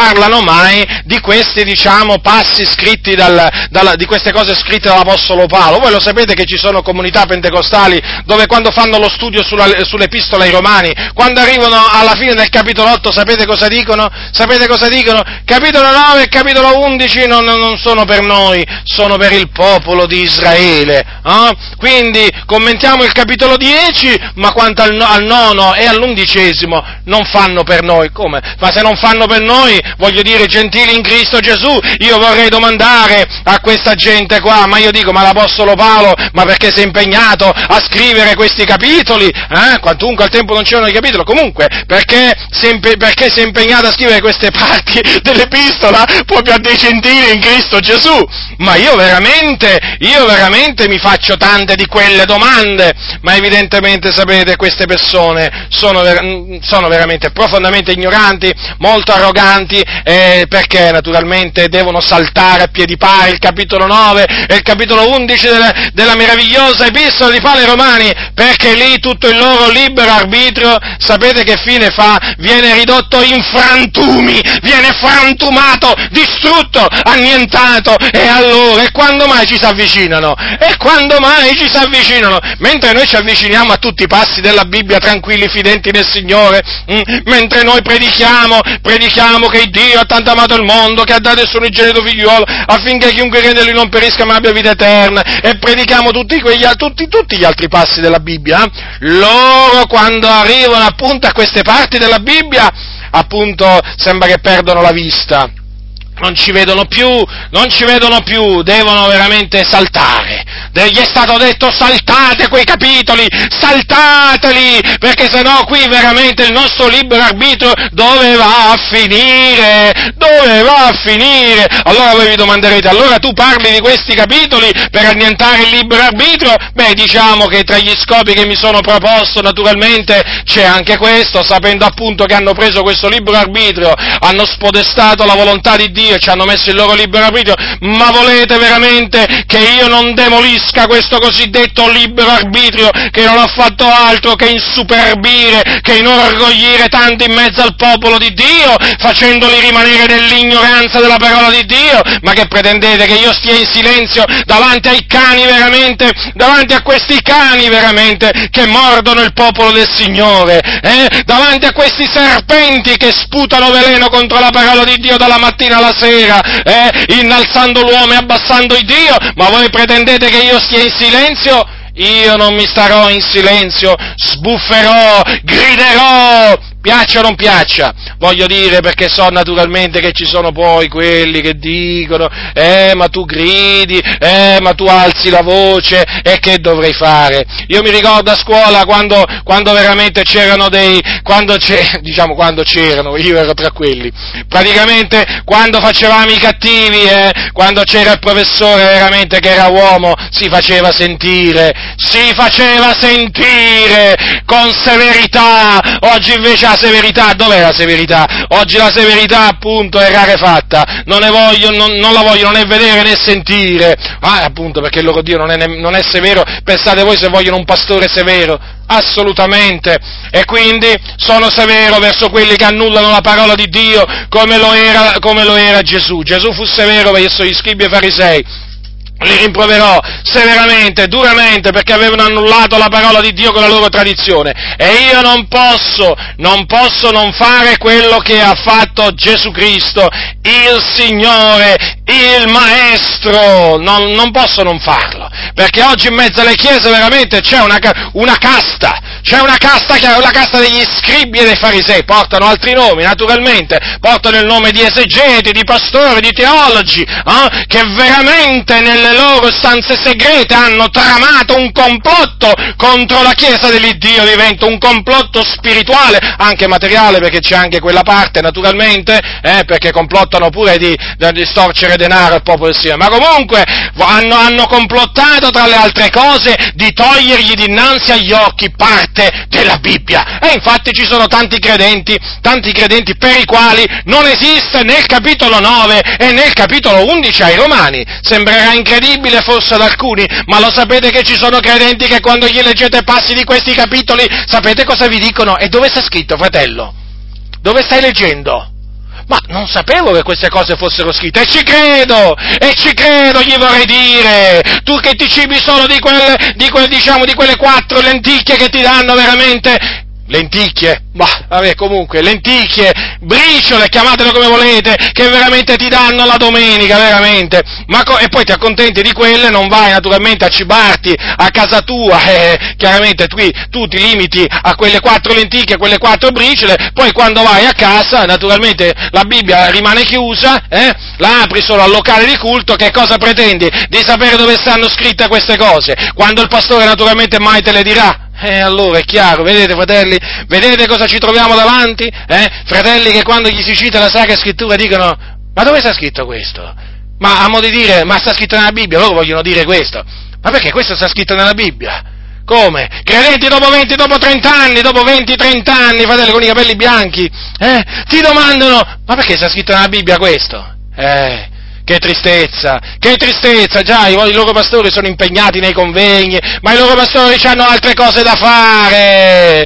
di questi, diciamo, passi scritti di queste cose scritte dall'Apostolo Paolo. Voi lo sapete che ci sono comunità pentecostali dove quando fanno lo studio sull'Epistola ai Romani, quando arrivano alla fine del capitolo 8, sapete cosa dicono? Capitolo 9 e capitolo 11 non sono per noi, sono per il popolo di Israele. Quindi commentiamo il capitolo 10, ma quanto al nono e all'11 non fanno per noi. Come? Ma se non fanno per noi, voglio dire, gentili in Cristo Gesù, io vorrei domandare a questa gente qua, ma l'Apostolo Paolo, ma perché si è impegnato a scrivere questi capitoli? Quantunque al tempo non c'erano i capitoli, comunque, perché si è impegnato a scrivere queste parti dell'Epistola proprio a dei gentili in Cristo Gesù? Ma io veramente mi faccio tante di quelle domande, ma evidentemente, sapete, queste persone sono veramente profondamente ignoranti, molto arroganti, perché naturalmente devono saltare a piedi pari il capitolo 9 e il capitolo 11 della meravigliosa Epistola di Paolo ai Romani, perché lì tutto il loro libero arbitrio, sapete che fine fa? Viene ridotto in frantumi, viene frantumato, distrutto, annientato, e allora, e quando mai ci si avvicinano? Mentre noi ci avviciniamo a tutti i passi della Bibbia, tranquilli, fidenti nel Signore, mentre noi predichiamo che Dio ha tanto amato il mondo, che ha dato il suo unigenito figliuolo, affinché chiunque crede in Lui non perisca ma abbia vita eterna, e predichiamo tutti gli altri passi della Bibbia, loro quando arrivano appunto a queste parti della Bibbia, appunto sembra che perdono la vista. non ci vedono più, devono veramente saltare. Gli è stato detto: saltate quei capitoli, saltateli, perché sennò qui veramente il nostro libero arbitrio dove va a finire? Dove va a finire? Allora voi vi domanderete: allora tu parli di questi capitoli per annientare il libero arbitrio? Beh, diciamo che tra gli scopi che mi sono proposto naturalmente c'è anche questo, sapendo appunto che hanno preso questo libero arbitrio, hanno spodestato la volontà di Dio e ci hanno messo il loro libero arbitrio. Ma volete veramente che io non demolisca questo cosiddetto libero arbitrio, che non ha fatto altro che insuperbire, che inorgoglire tanti in mezzo al popolo di Dio, facendoli rimanere nell'ignoranza della parola di Dio? Ma che pretendete, che io stia in silenzio davanti ai cani veramente, davanti a questi cani veramente che mordono il popolo del Signore, davanti a questi serpenti che sputano veleno contro la parola di Dio dalla mattina alla sera, innalzando l'uomo e abbassando il Dio? Ma voi pretendete che io stia in silenzio? Io non mi starò in silenzio, sbufferò, griderò, piaccia o non piaccia, voglio dire, perché so naturalmente che ci sono poi quelli che dicono: ma tu gridi, ma tu alzi la voce, e che dovrei fare? Io mi ricordo a scuola quando veramente c'erano quando c'erano, io ero tra quelli, praticamente quando facevamo i cattivi, quando c'era il professore veramente che era uomo, si faceva sentire con severità. Oggi invece la severità, dov'è la severità? Oggi la severità appunto è rarefatta, non la vogliono né vedere né sentire, appunto perché il loro Dio non è severo. Pensate voi se vogliono un pastore severo? Assolutamente. E quindi sono severo verso quelli che annullano la parola di Dio, come lo era Gesù. Gesù fu severo verso gli scribi e farisei. Li rimproverò severamente, duramente, perché avevano annullato la parola di Dio con la loro tradizione, e io non posso non fare quello che ha fatto Gesù Cristo, il Signore, il Maestro, non posso non farlo, perché oggi in mezzo alle chiese veramente c'è una casta che è la casta degli scribi e dei farisei, portano altri nomi naturalmente, portano il nome di esegeti, di pastori, di teologi, che veramente nelle loro stanze segrete hanno tramato un complotto contro la Chiesa dell'Iddio vivente, un complotto spirituale, anche materiale, perché c'è anche quella parte naturalmente, perché complottano pure di storcere denaro al popolo del Signore, ma comunque hanno complottato tra le altre cose di togliergli dinanzi agli occhi parte della Bibbia, e infatti ci sono tanti credenti per i quali non esiste nel capitolo 9 e nel capitolo 11 ai Romani. Sembrerà incredibile forse ad alcuni, ma lo sapete che ci sono credenti che quando gli leggete passi di questi capitoli, sapete cosa vi dicono? E dove sta scritto, fratello? Dove stai leggendo? Ma non sapevo che queste cose fossero scritte, e ci credo, gli vorrei dire, tu che ti cibi solo di quelle 4 lenticchie che ti danno veramente, lenticchie, lenticchie, briciole, chiamatele come volete, che veramente ti danno la domenica, veramente, e poi ti accontenti di quelle, non vai naturalmente a cibarti a casa tua, chiaramente tu ti limiti a quelle 4 lenticchie, a quelle 4 briciole, poi quando vai a casa, naturalmente la Bibbia rimane chiusa, la apri solo al locale di culto, che cosa pretendi? Di sapere dove stanno scritte queste cose, quando il pastore naturalmente mai te le dirà. Allora è chiaro, vedete fratelli, vedete cosa ci troviamo davanti? Fratelli che quando gli si cita la Sacra Scrittura dicono: ma dove sta scritto questo? Ma a modo di dire, ma sta scritto nella Bibbia, loro vogliono dire questo. Ma perché questo sta scritto nella Bibbia? Come? Credenti dopo 30 anni, fratelli con i capelli bianchi, ti domandano: ma perché sta scritto nella Bibbia questo? Che tristezza, già i loro pastori sono impegnati nei convegni, ma i loro pastori hanno altre cose da fare,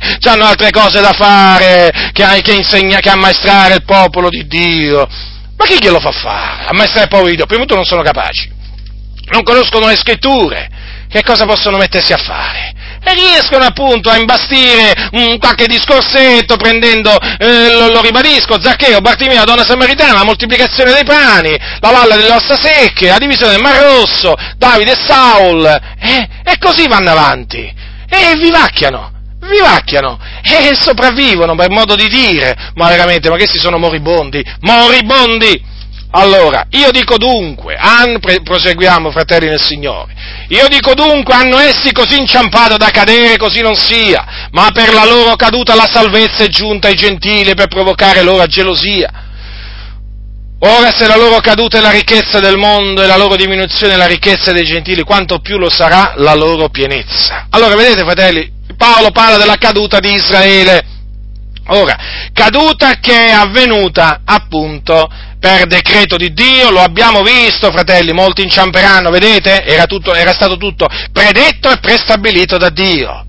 che ammaestrare il popolo di Dio. Ma chi glielo fa fare? Ammaestrare il popolo di Dio? Prima di tutto non sono capaci, non conoscono le scritture, che cosa possono mettersi a fare? E riescono appunto a imbastire qualche discorsetto prendendo, lo ribadisco, Zaccheo, Bartimeo, la donna samaritana, la moltiplicazione dei pani, la valle delle ossa secche, la divisione del Mar Rosso, Davide e Saul, e così vanno avanti, e vivacchiano, e sopravvivono per modo di dire, ma veramente, ma questi sono moribondi, Allora, io dico dunque, proseguiamo fratelli nel Signore, io dico dunque, hanno essi così inciampato da cadere, così non sia, ma per la loro caduta la salvezza è giunta ai gentili per provocare loro a gelosia. Ora se la loro caduta è la ricchezza del mondo e la loro diminuzione è la ricchezza dei gentili, quanto più lo sarà la loro pienezza. Allora, vedete fratelli, Paolo parla della caduta di Israele. Ora, caduta che è avvenuta appunto per decreto di Dio, lo abbiamo visto, fratelli, molti inciamperanno, vedete? Era stato tutto predetto e prestabilito da Dio.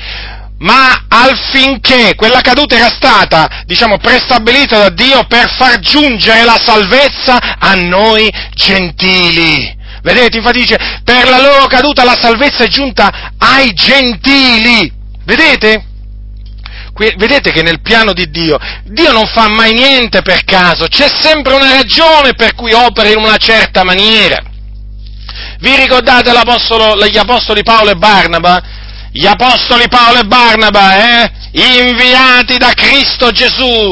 Ma affinché quella caduta era stata, prestabilita da Dio per far giungere la salvezza a noi gentili. Vedete, infatti dice, per la loro caduta la salvezza è giunta ai gentili. Vedete? Vedete che nel piano di Dio non fa mai niente per caso, c'è sempre una ragione per cui opera in una certa maniera. Vi ricordate gli apostoli Paolo e Barnaba? Gli apostoli Paolo e Barnaba, inviati da Cristo Gesù,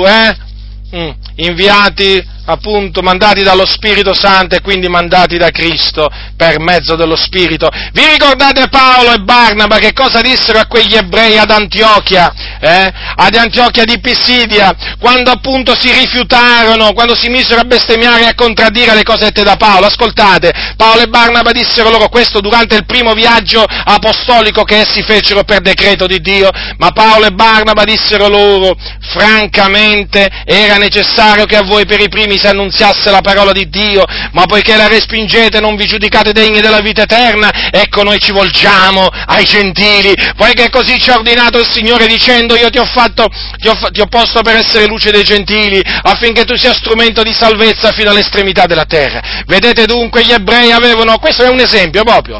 inviati appunto, mandati dallo Spirito Santo e quindi mandati da Cristo per mezzo dello Spirito. Vi ricordate Paolo e Barnaba che cosa dissero a quegli ebrei ad Antiochia? Ad Antiochia di Pisidia, quando appunto si rifiutarono, quando si misero a bestemmiare e a contraddire le cose dette da Paolo. Ascoltate, Paolo e Barnaba dissero loro questo durante il primo viaggio apostolico che essi fecero per decreto di Dio, ma Paolo e Barnaba dissero loro, francamente era necessario che a voi per i primi si annunziasse la parola di Dio, ma poiché la respingete e non vi giudicate degni della vita eterna, ecco noi ci volgiamo ai gentili, poiché così ci ha ordinato il Signore dicendo io ti ho posto per essere luce dei gentili, affinché tu sia strumento di salvezza fino all'estremità della terra. Vedete dunque gli ebrei avevano, questo è un esempio proprio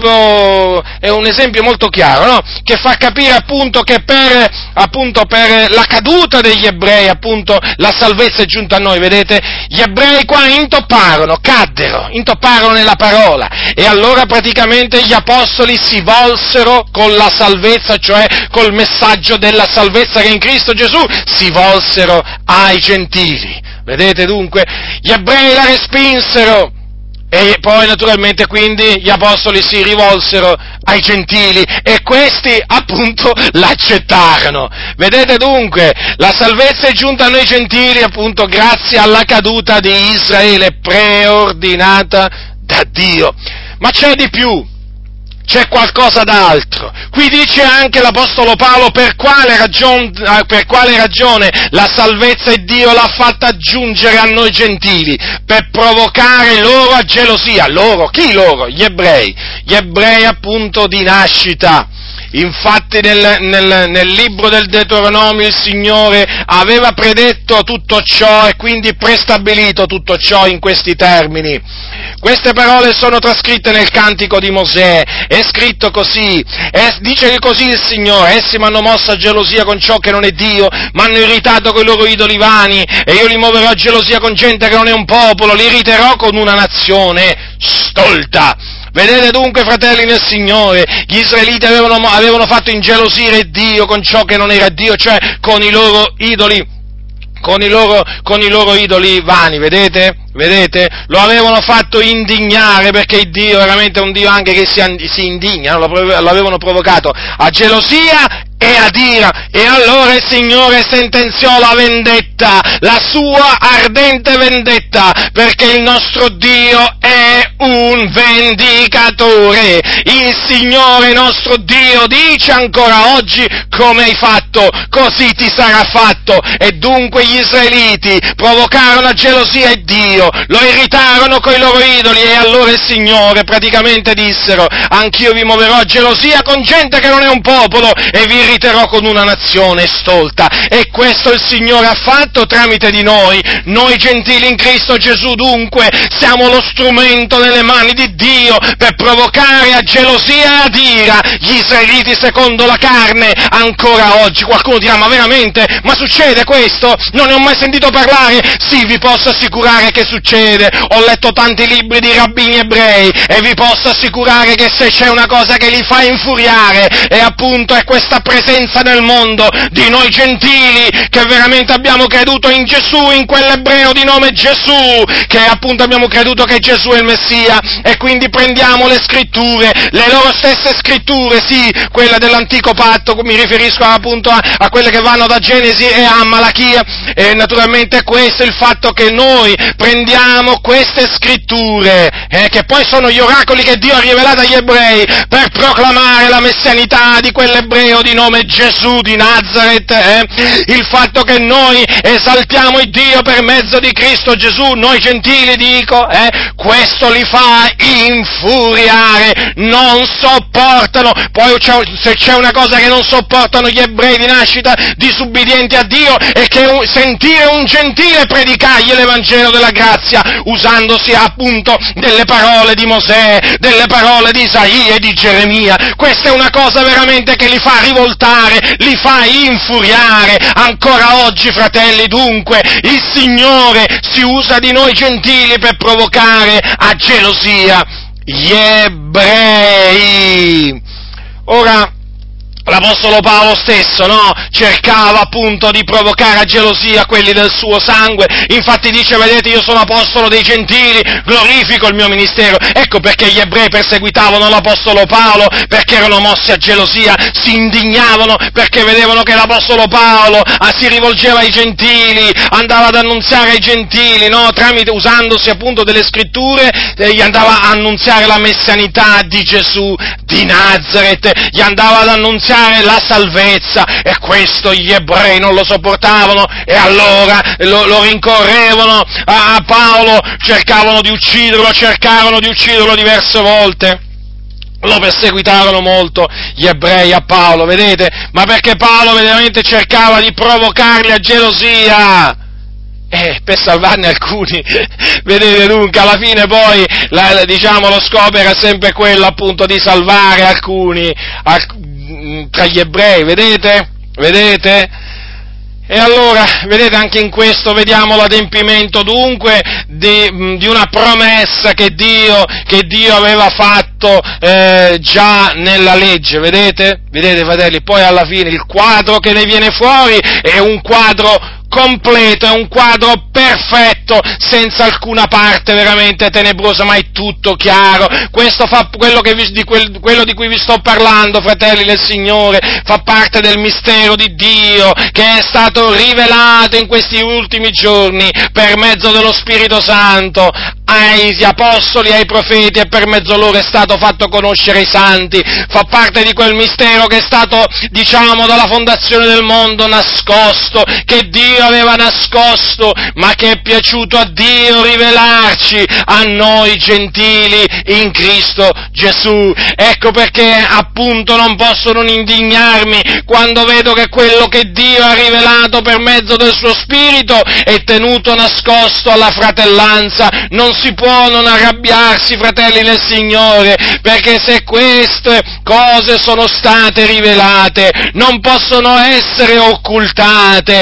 è un esempio molto chiaro, no? Che fa capire appunto che per la caduta degli ebrei appunto la salvezza è giunta a noi, vedete? Gli ebrei qua intopparono nella parola e allora praticamente gli apostoli si volsero con la salvezza, cioè col messaggio della salvezza che è in Cristo Gesù, si volsero ai gentili. Vedete dunque? Gli ebrei la respinsero e poi naturalmente quindi gli apostoli si rivolsero ai gentili e questi appunto l'accettarono. Vedete dunque, la salvezza è giunta a noi gentili appunto grazie alla caduta di Israele preordinata da Dio. Ma c'è di più. C'è qualcosa d'altro. Qui dice anche l'Apostolo Paolo per quale ragione la salvezza di Dio l'ha fatta giungere a noi gentili, per provocare loro a gelosia. Loro? Chi loro? Gli ebrei appunto di nascita. Infatti nel libro del Deuteronomio il Signore aveva predetto tutto ciò e quindi prestabilito tutto ciò in questi termini. Queste parole sono trascritte nel Cantico di Mosè, è scritto così, dice che così il Signore, essi mi hanno mosso a gelosia con ciò che non è Dio, mi hanno irritato con i loro idoli vani e io li muoverò a gelosia con gente che non è un popolo, li irriterò con una nazione stolta. Vedete dunque, fratelli nel Signore, gli israeliti avevano fatto ingelosire Dio con ciò che non era Dio, cioè con i loro idoli vani, vedete? Lo avevano fatto indignare, perché il Dio veramente è un Dio anche che si indigna, l'avevano provocato a gelosia e ad ira, e allora il Signore sentenziò la vendetta, la sua ardente vendetta, perché il nostro Dio è un vendicatore. Il Signore nostro Dio dice ancora oggi: come hai fatto, così ti sarà fatto. E dunque gli israeliti provocarono a gelosia il Dio, lo irritarono coi loro idoli, e allora il Signore praticamente dissero: anch'io vi muoverò a gelosia con gente che non è un popolo e vi irriterò con una nazione stolta. E questo il Signore ha fatto tramite di noi gentili in Cristo Gesù. Dunque siamo lo strumento nelle mani di Dio per provocare a gelosia e ad ira gli israeliti secondo la carne ancora oggi. Qualcuno dirà, ma veramente? Ma succede questo? Non ne ho mai sentito parlare? Sì, vi posso assicurare che succede. Ho letto tanti libri di rabbini ebrei e vi posso assicurare che se c'è una cosa che li fa infuriare è appunto questa presenza nel mondo di noi gentili che veramente abbiamo creduto in Gesù, in quell'ebreo di nome Gesù, che appunto abbiamo creduto che Gesù è il Messia, e quindi prendiamo le scritture, le loro stesse scritture, sì, quella dell'antico patto, mi riferisco appunto a quelle che vanno da Genesi e a Malachia, e naturalmente questo è il fatto che noi prendiamo queste scritture, che poi sono gli oracoli che Dio ha rivelato agli ebrei per proclamare la messianità di quell'ebreo di nome Gesù di Nazaret, il fatto che noi esaltiamo il Dio per mezzo di Cristo Gesù, noi gentili dico, questo li fa infuriare, non sopportano. Poi se c'è una cosa che non sopportano gli ebrei di nascita disubbidienti a Dio è che sentire un gentile predicargli l'Evangelo della grazia usandosi appunto delle parole di Mosè, delle parole di Isaia e di Geremia. Questa è una cosa veramente che li fa rivoltare, li fa infuriare. Ancora oggi, fratelli, dunque, il Signore si usa di noi gentili per provocare a gelosia gli ebrei. Ora, l'Apostolo Paolo stesso, no? Cercava appunto di provocare a gelosia quelli del suo sangue, infatti dice, vedete, io sono apostolo dei gentili, glorifico il mio ministero. Ecco perché gli ebrei perseguitavano l'Apostolo Paolo, perché erano mossi a gelosia, si indignavano perché vedevano che l'Apostolo Paolo si rivolgeva ai gentili, andava ad annunziare ai gentili, no? Usandosi appunto delle scritture, gli andava a annunziare la messianità di Gesù di Nazaret, gli andava ad annunziare la salvezza, e questo gli ebrei non lo sopportavano e allora lo rincorrevano a Paolo, cercarono di ucciderlo diverse volte. Lo perseguitarono molto gli ebrei a Paolo, vedete? Ma perché Paolo veramente cercava di provocarli a gelosia. Per salvarne alcuni, vedete dunque, alla fine poi, lo scopo era sempre quello appunto di salvare alcuni tra gli ebrei, vedete? E allora, vedete, anche in questo vediamo l'adempimento dunque di una promessa che Dio aveva fatto già nella legge, vedete, fratelli? Poi alla fine il quadro che ne viene fuori è un quadro completo, è un quadro perfetto, senza alcuna parte veramente tenebrosa, ma è tutto chiaro. Questo fa quello di cui vi sto parlando, fratelli del Signore, fa parte del mistero di Dio che è stato rivelato in questi ultimi giorni per mezzo dello Spirito Santo ai apostoli, ai profeti, e per mezzo loro è stato fatto conoscere ai santi. Fa parte di quel mistero che è stato, dalla fondazione del mondo nascosto, che Dio aveva nascosto, ma che è piaciuto a Dio rivelarci a noi gentili in Cristo Gesù. Ecco perché appunto non posso non indignarmi quando vedo che quello che Dio ha rivelato per mezzo del suo Spirito è tenuto nascosto alla fratellanza. Non si può non arrabbiarsi, fratelli nel Signore, perché se queste cose sono state rivelate non possono essere occultate,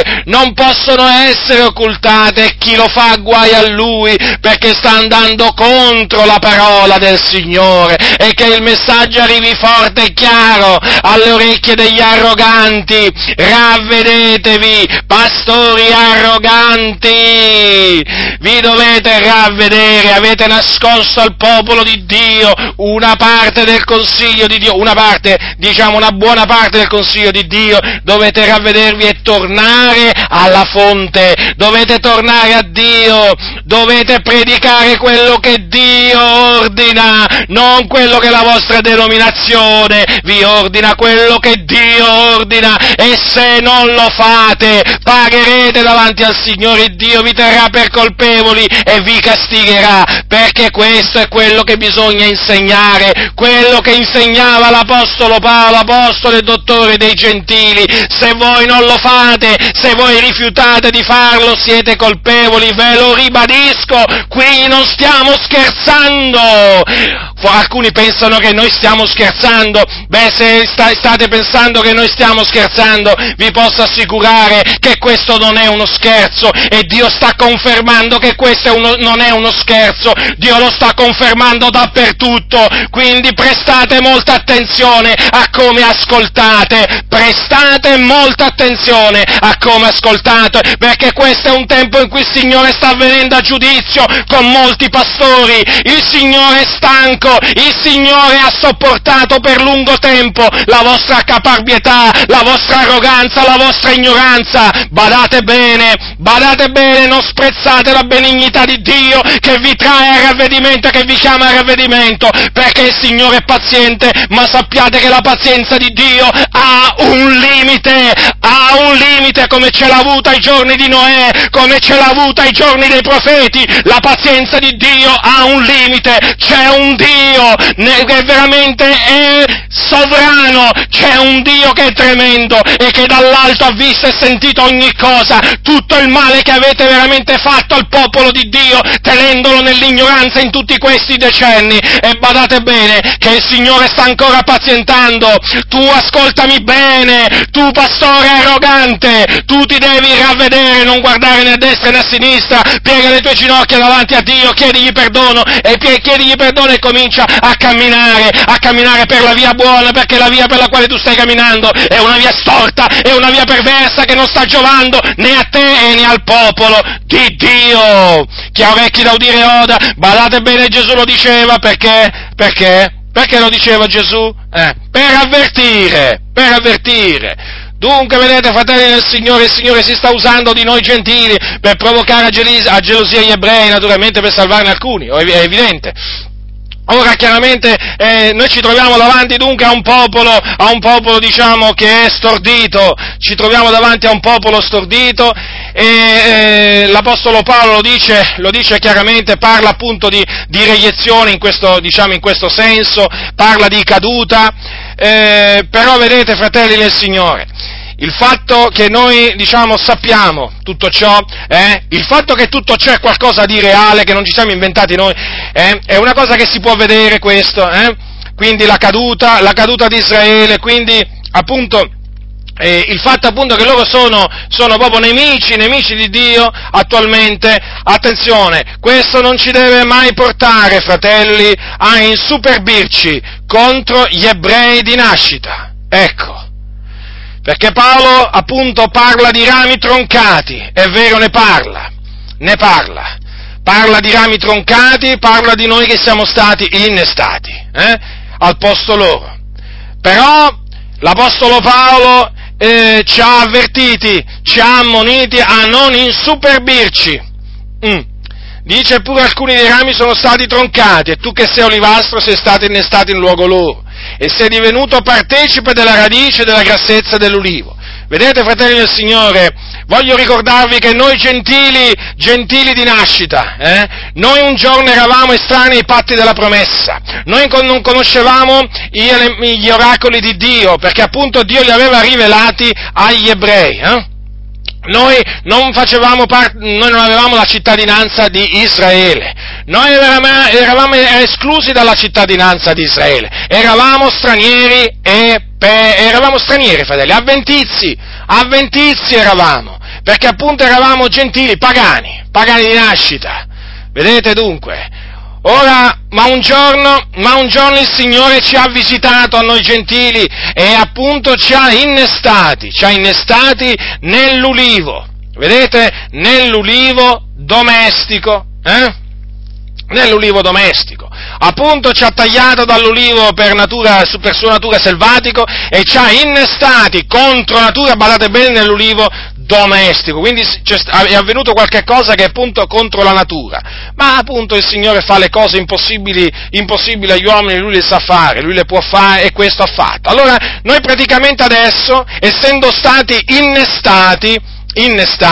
e chi lo fa guai a lui, perché sta andando contro la parola del Signore, e che il messaggio arrivi forte e chiaro alle orecchie degli arroganti. Ravvedetevi, pastori arroganti, vi dovete ravvedere, avete nascosto al popolo di Dio una parte del consiglio di Dio, una buona parte del consiglio di Dio. Dovete ravvedervi e tornare alla fonte, dovete tornare a Dio, dovete predicare quello che Dio ordina, non quello che la vostra denominazione vi ordina, quello che Dio ordina, e se non lo fate pagherete davanti al Signore. Dio vi terrà per colpevoli e vi castigherà, perché questo è quello che bisogna insegnare, quello che insegnava l'Apostolo Paolo, apostolo e dottore dei gentili. Se voi non lo fate, se voi rifiutate rifiutate di farlo siete colpevoli, ve lo ribadisco, qui non stiamo scherzando. Alcuni pensano che noi stiamo scherzando, se state pensando che noi stiamo scherzando, vi posso assicurare che questo non è uno scherzo, e Dio sta confermando che questo non è uno scherzo, Dio lo sta confermando dappertutto, quindi prestate molta attenzione a come ascoltate, prestate molta attenzione a come ascoltate, perché questo è un tempo in cui il Signore sta venendo a giudizio con molti pastori, il Signore è stanco, il Signore ha sopportato per lungo tempo la vostra caparbietà, la vostra arroganza, la vostra ignoranza. Badate bene, non sprezzate la benignità di Dio che vi trae al ravvedimento e che vi chiama al ravvedimento, perché il Signore è paziente, ma sappiate che la pazienza di Dio ha un limite, come ce l'ha avuta ai giorni di Noè, come ce l'ha avuta ai giorni dei profeti. La pazienza di Dio ha un limite, c'è un Dio che veramente è sovrano, c'è un Dio che è tremendo e che dall'alto ha visto e sentito ogni cosa, tutto il male che avete veramente fatto al popolo di Dio, tenendolo nell'ignoranza in tutti questi decenni. E badate bene che il Signore sta ancora pazientando. Tu ascoltami bene, tu pastore arrogante, tu ti devi ravvedere, non guardare né a destra né a sinistra, piega le tue ginocchia davanti a Dio, chiedigli perdono e comincia a camminare per la via buona, perché la via per la quale tu stai camminando è una via storta, è una via perversa che non sta giovando né a te né al popolo di Dio. Chi ha orecchi da udire oda. Badate bene, Gesù lo diceva, perché? Perché lo diceva Gesù? Per avvertire. Dunque, vedete, fratelli del Signore, il Signore si sta usando di noi gentili per provocare a gelosia gli ebrei, naturalmente per salvarne alcuni, è evidente. Ora, chiaramente, noi ci troviamo davanti dunque a un popolo, diciamo, che è stordito, ci troviamo davanti a un popolo stordito, e l'Apostolo Paolo lo dice chiaramente, parla appunto di reiezione in questo senso, parla di caduta, però vedete, fratelli del Signore, il fatto che noi, sappiamo tutto ciò, il fatto che tutto ciò è qualcosa di reale, che non ci siamo inventati noi, è una cosa che si può vedere questo, quindi la caduta di Israele, quindi appunto il fatto appunto che loro sono proprio nemici di Dio attualmente. Attenzione, questo non ci deve mai portare, fratelli, a insuperbirci contro gli ebrei di nascita, ecco. Perché Paolo, appunto, parla di rami troncati, è vero, ne parla, parla di rami troncati, parla di noi che siamo stati innestati, al posto loro. Però l'Apostolo Paolo ci ha avvertiti, ci ha ammoniti a non insuperbirci. Dice pure alcuni dei rami sono stati troncati, e tu che sei olivastro sei stato innestato in luogo loro, e sei divenuto partecipe della radice e della grassezza dell'ulivo. Vedete, fratelli del Signore, voglio ricordarvi che noi gentili di nascita, noi un giorno eravamo estranei ai patti della promessa, noi non conoscevamo gli oracoli di Dio, perché appunto Dio li aveva rivelati agli ebrei, Noi non avevamo la cittadinanza di Israele, noi eravamo esclusi dalla cittadinanza di Israele, eravamo stranieri, fratelli, avventizi eravamo, perché appunto eravamo gentili, pagani di nascita, vedete dunque. Ora, ma un giorno il Signore ci ha visitato a noi gentili e appunto ci ha innestati nell'ulivo, vedete? Nell'ulivo domestico, Nell'ulivo domestico. Appunto ci ha tagliato dall'ulivo per sua natura selvatico e ci ha innestati contro natura, badate bene, nell'ulivo domestico, quindi è avvenuto qualche cosa che è appunto contro la natura, ma appunto il Signore fa le cose impossibili agli uomini, Lui le sa fare, Lui le può fare, e questo ha fatto. Allora, noi praticamente adesso, essendo stati innestati,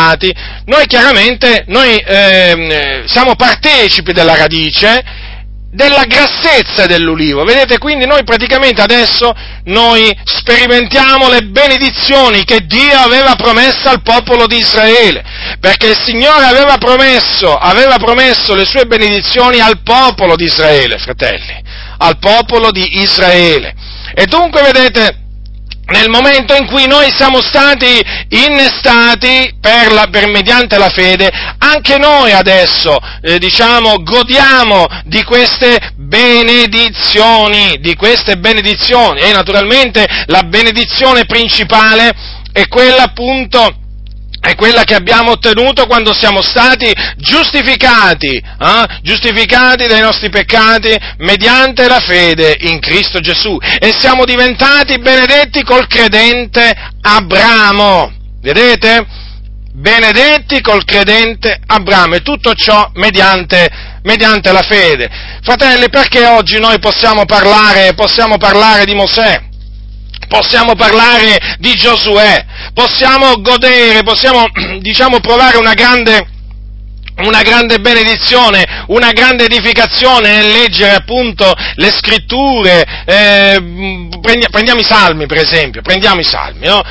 noi chiaramente, siamo partecipi della radice, della grassezza dell'ulivo. Vedete, quindi noi praticamente adesso noi sperimentiamo le benedizioni che Dio aveva promesso al popolo di Israele, perché il Signore aveva promesso le sue benedizioni al popolo di Israele, fratelli, al popolo di Israele. E dunque, vedete, nel momento in cui noi siamo stati innestati mediante la fede, anche noi adesso, godiamo di queste benedizioni, e naturalmente la benedizione principale è quella appunto, è quella che abbiamo ottenuto quando siamo stati giustificati dai nostri peccati mediante la fede in Cristo Gesù, e siamo diventati benedetti col credente Abramo, vedete? Benedetti col credente Abramo, e tutto ciò mediante la fede. Fratelli, perché oggi noi possiamo parlare di Mosè? Possiamo parlare di Giosuè, possiamo godere, provare una grande benedizione, una grande edificazione nel leggere appunto le scritture. Prendiamo i salmi, per esempio, prendiamo i salmi, no?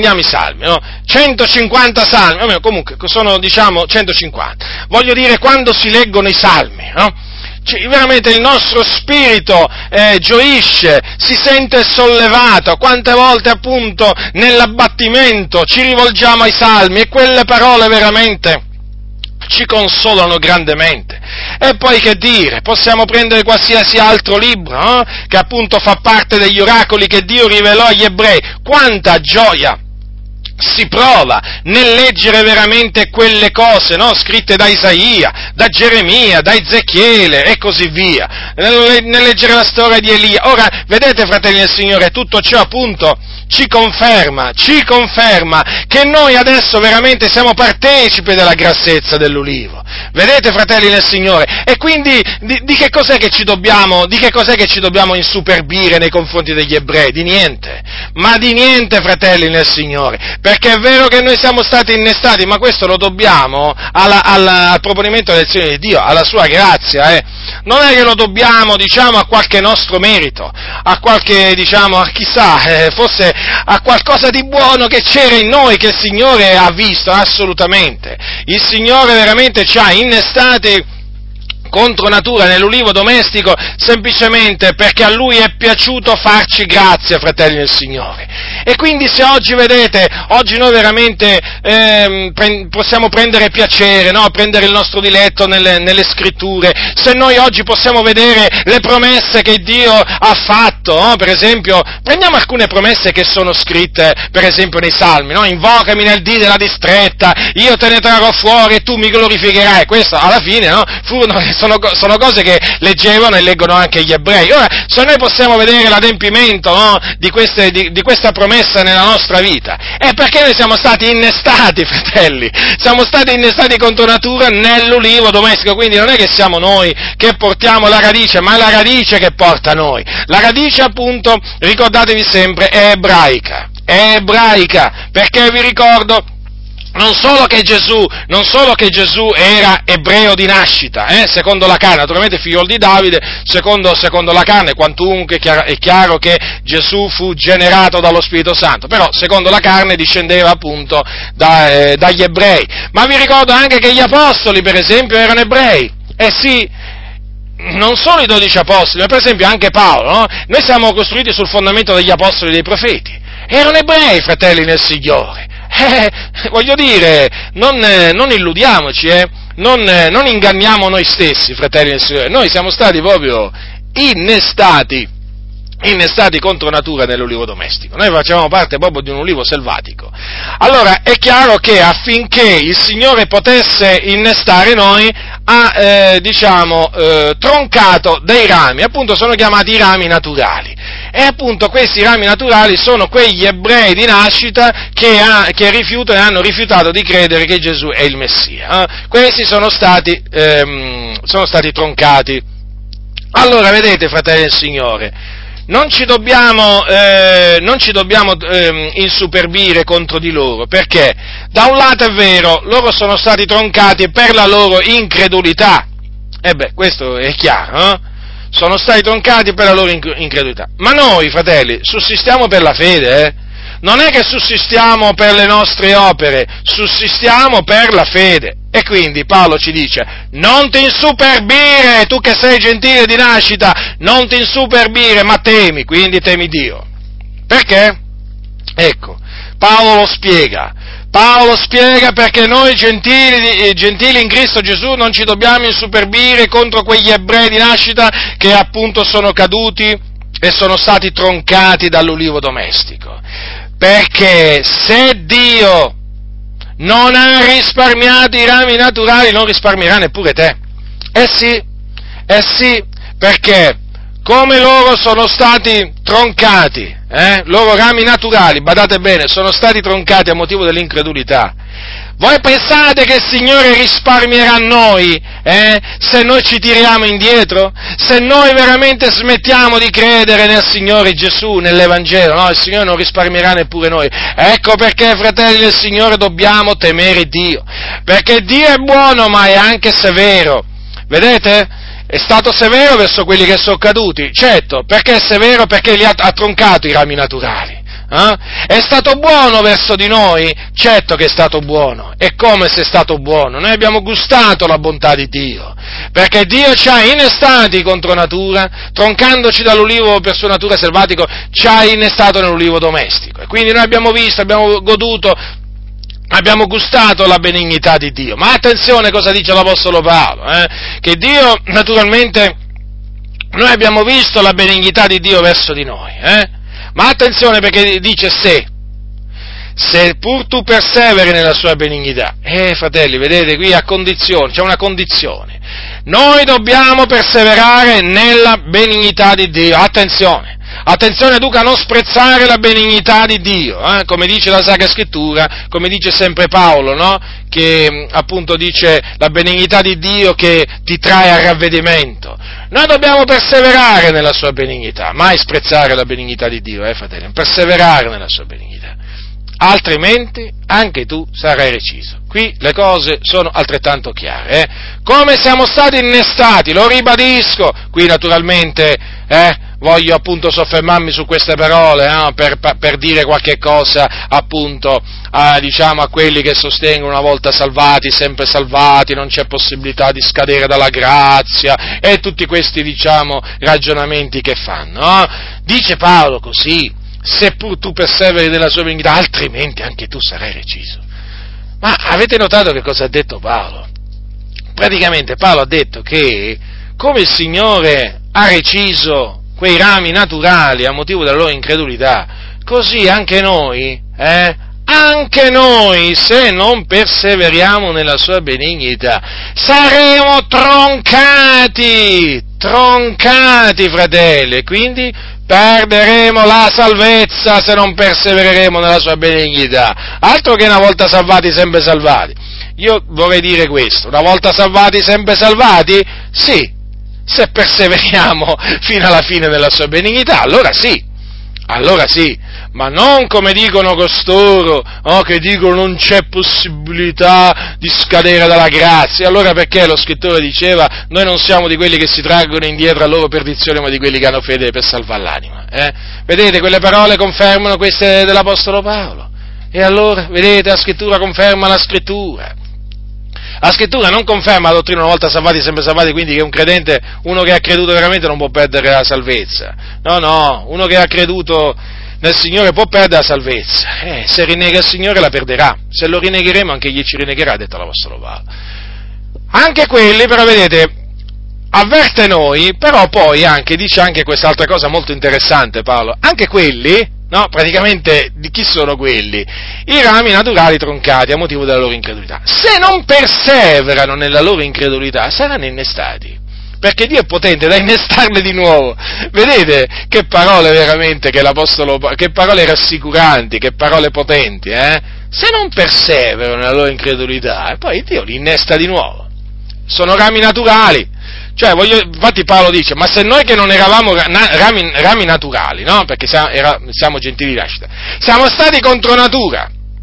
150 salmi, comunque sono 150. Voglio dire, quando si leggono i salmi, no? Veramente il nostro spirito gioisce, si sente sollevato. Quante volte appunto nell'abbattimento ci rivolgiamo ai salmi, e quelle parole veramente ci consolano grandemente. E poi che dire, possiamo prendere qualsiasi altro libro, che appunto fa parte degli oracoli che Dio rivelò agli ebrei. Quanta gioia si prova nel leggere veramente quelle cose, no? Scritte da Isaia, da Geremia, da Ezechiele e così via, nel leggere la storia di Elia. Ora, vedete, fratelli del Signore, tutto ciò appunto ci conferma che noi adesso veramente siamo partecipi della grassezza dell'ulivo. Vedete, fratelli del Signore? E quindi di che cos'è che ci dobbiamo insuperbire nei confronti degli ebrei? Di niente, ma di niente, fratelli nel Signore, perché è vero che noi siamo stati innestati, ma questo lo dobbiamo al proponimento dell'elezione di Dio, alla sua grazia, Non è che lo dobbiamo, a qualche nostro merito, a qualche, chissà, forse a qualcosa di buono che c'era in noi, che il Signore ha visto, assolutamente. Il Signore veramente ci ha innestati contro natura nell'ulivo domestico semplicemente perché a Lui è piaciuto farci grazia, fratelli del Signore. E quindi se oggi, vedete, noi veramente possiamo prendere piacere, no? Prendere il nostro diletto nelle scritture, se noi oggi possiamo vedere le promesse che Dio ha fatto, no? Per esempio, prendiamo alcune promesse che sono scritte, per esempio, nei Salmi, no? Invocami nel dì della distretta, io te ne trarrò fuori e tu mi glorificherai. Questo, alla fine, no? Sono cose che leggevano e leggono anche gli ebrei. Ora, se noi possiamo vedere l'adempimento, no? di questa promessa nella nostra vita, è perché noi siamo stati innestati, fratelli, siamo stati innestati contro natura nell'ulivo domestico, quindi non è che siamo noi che portiamo la radice, ma la radice che porta noi. La radice, appunto, ricordatevi sempre, è ebraica, perché vi ricordo non solo che Gesù era ebreo di nascita, secondo la carne, naturalmente figlio di Davide, secondo la carne, quantunque è chiaro che Gesù fu generato dallo Spirito Santo, però secondo la carne discendeva appunto dagli ebrei. Ma vi ricordo anche che gli apostoli, per esempio, erano ebrei. Sì, non solo i 12 apostoli, ma per esempio anche Paolo, no? Noi siamo costruiti sul fondamento degli apostoli e dei profeti. Erano ebrei, fratelli nel Signore. Voglio dire, non illudiamoci, non inganniamo noi stessi, fratelli del Signore. Noi siamo stati proprio innestati contro natura nell'ulivo domestico. Noi facevamo parte proprio di un ulivo selvatico. Allora, è chiaro che affinché il Signore potesse innestare noi, ha, troncato dei rami, appunto sono chiamati i rami naturali. E appunto questi rami naturali sono quegli ebrei di nascita che hanno rifiutato di credere che Gesù è il Messia. Questi sono stati troncati. Allora, vedete, fratelli del Signore, non ci dobbiamo insuperbire contro di loro, perché da un lato è vero, loro sono stati troncati per la loro incredulità, questo è chiaro, sono stati troncati per la loro incredulità. Ma noi, fratelli, sussistiamo per la fede, Non è che sussistiamo per le nostre opere, sussistiamo per la fede. E quindi Paolo ci dice: non ti insuperbire, tu che sei gentile di nascita, non ti insuperbire, ma temi, quindi temi Dio. Perché? Ecco, Paolo spiega perché noi gentili in Cristo Gesù non ci dobbiamo insuperbire contro quegli ebrei di nascita che appunto sono caduti e sono stati troncati dall'ulivo domestico. Perché se Dio non ha risparmiato i rami naturali, non risparmierà neppure te. Sì, perché come loro sono stati troncati, loro rami naturali, badate bene, sono stati troncati a motivo dell'incredulità. Voi pensate che il Signore risparmierà noi, se noi ci tiriamo indietro? Se noi veramente smettiamo di credere nel Signore Gesù, nell'Evangelo, no, il Signore non risparmierà neppure noi. Ecco perché, fratelli del Signore, dobbiamo temere Dio, perché Dio è buono ma è anche severo, vedete? È stato severo verso quelli che sono caduti, certo, perché è severo? Perché li ha troncato i rami naturali. È stato buono verso di noi? Certo che è stato buono. E come se è stato buono? Noi abbiamo gustato la bontà di Dio, perché Dio ci ha innestati contro natura, troncandoci dall'ulivo per sua natura selvatico, ci ha innestato nell'ulivo domestico. E quindi noi abbiamo visto, abbiamo goduto, abbiamo gustato la benignità di Dio. Ma attenzione cosa dice l'Apostolo Paolo, che Dio, naturalmente, noi abbiamo visto la benignità di Dio verso di noi, ma attenzione perché dice se pur tu perseveri nella sua benignità. Fratelli, vedete qui c'è una condizione. Noi dobbiamo perseverare nella benignità di Dio. Attenzione dunque a non sprezzare la benignità di Dio, come dice la Sacra Scrittura, come dice sempre Paolo, no? Che appunto dice la benignità di Dio che ti trae al ravvedimento. Noi dobbiamo perseverare nella sua benignità, mai sprezzare la benignità di Dio, fratelli, perseverare nella sua benignità, altrimenti anche tu sarai reciso. Qui le cose sono altrettanto chiare, Come siamo stati innestati, lo ribadisco, qui naturalmente, voglio appunto soffermarmi su queste parole, per dire qualche cosa appunto a quelli che sostengono una volta salvati, sempre salvati, non c'è possibilità di scadere dalla grazia e tutti questi ragionamenti che fanno. Dice Paolo così: seppur tu perseveri nella sua benignità, altrimenti anche tu sarai reciso. Ma avete notato che cosa ha detto Paolo? Praticamente Paolo ha detto che come il Signore ha reciso quei rami naturali a motivo della loro incredulità, così anche noi, se non perseveriamo nella sua benignità, saremo troncati, fratelli, e quindi perderemo la salvezza se non persevereremo nella sua benignità. Altro che una volta salvati, sempre salvati. Io vorrei dire questo: una volta salvati, sempre salvati? Sì, se perseveriamo fino alla fine della sua benignità, allora sì, ma non come dicono costoro, che dicono non c'è possibilità di scadere dalla grazia. Allora perché lo scrittore diceva: noi non siamo di quelli che si traggono indietro a loro perdizione, ma di quelli che hanno fede per salvare l'anima, Vedete, quelle parole confermano queste dell'Apostolo Paolo, e allora, vedete, la scrittura conferma la scrittura. La scrittura non conferma la dottrina una volta salvati, sempre salvati, quindi che un credente, uno che ha creduto veramente non può perdere la salvezza. No, uno che ha creduto nel Signore può perdere la salvezza. Se rinnega il Signore la perderà. Se lo rinnegheremo anche egli ci rinnegherà, ha detto l'Apostolo Paolo. Anche quelli, però vedete, avverte noi, però poi dice anche quest'altra cosa molto interessante Paolo. Anche quelli, praticamente di chi sono quelli? I rami naturali troncati a motivo della loro incredulità. Se non perseverano nella loro incredulità, saranno innestati, perché Dio è potente da innestarli di nuovo. Vedete che parole veramente che parole rassicuranti, che parole potenti, Se non perseverano nella loro incredulità, poi Dio li innesta di nuovo. Sono rami naturali. Infatti Paolo dice: ma se noi che non eravamo rami naturali, perché siamo gentili di nascita, siamo stati contro natura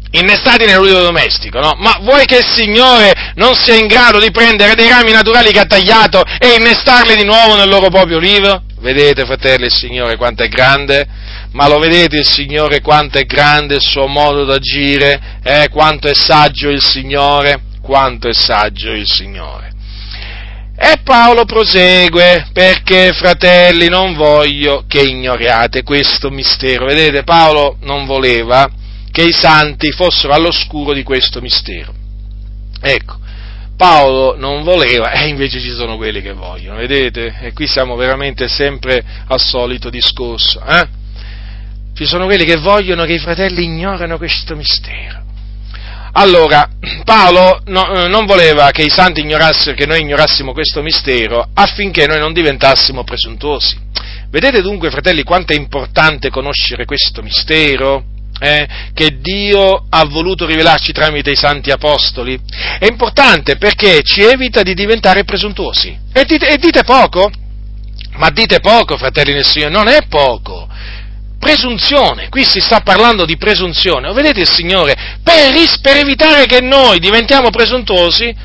innestati nell'ulivo domestico, no? Ma vuoi che il Signore non sia in grado di prendere dei rami naturali che ha tagliato e innestarli di nuovo nel loro proprio ulivo? Vedete, fratelli, il Signore quanto è grande? Ma lo vedete il Signore quanto è grande il suo modo d'agire? Quanto è saggio il Signore? Quanto è saggio il Signore? E Paolo prosegue, perché, fratelli, non voglio che ignoriate questo mistero. Vedete, Paolo non voleva che i santi fossero all'oscuro di questo mistero. Ecco, Paolo non voleva, e invece ci sono quelli che vogliono, vedete? E qui siamo veramente sempre al solito discorso, Ci sono quelli che vogliono che i fratelli ignorino questo mistero. Allora, Paolo non voleva che i santi ignorassero, che noi ignorassimo questo mistero, affinché noi non diventassimo presuntuosi. Vedete dunque, fratelli, quanto è importante conoscere questo mistero? Che Dio ha voluto rivelarci tramite i santi apostoli? È importante perché ci evita di diventare presuntuosi. E dite poco? Ma dite poco, fratelli nel Signore, non è poco. Presunzione, qui si sta parlando di presunzione. Vedete il Signore, per evitare che noi diventiamo presuntuosi,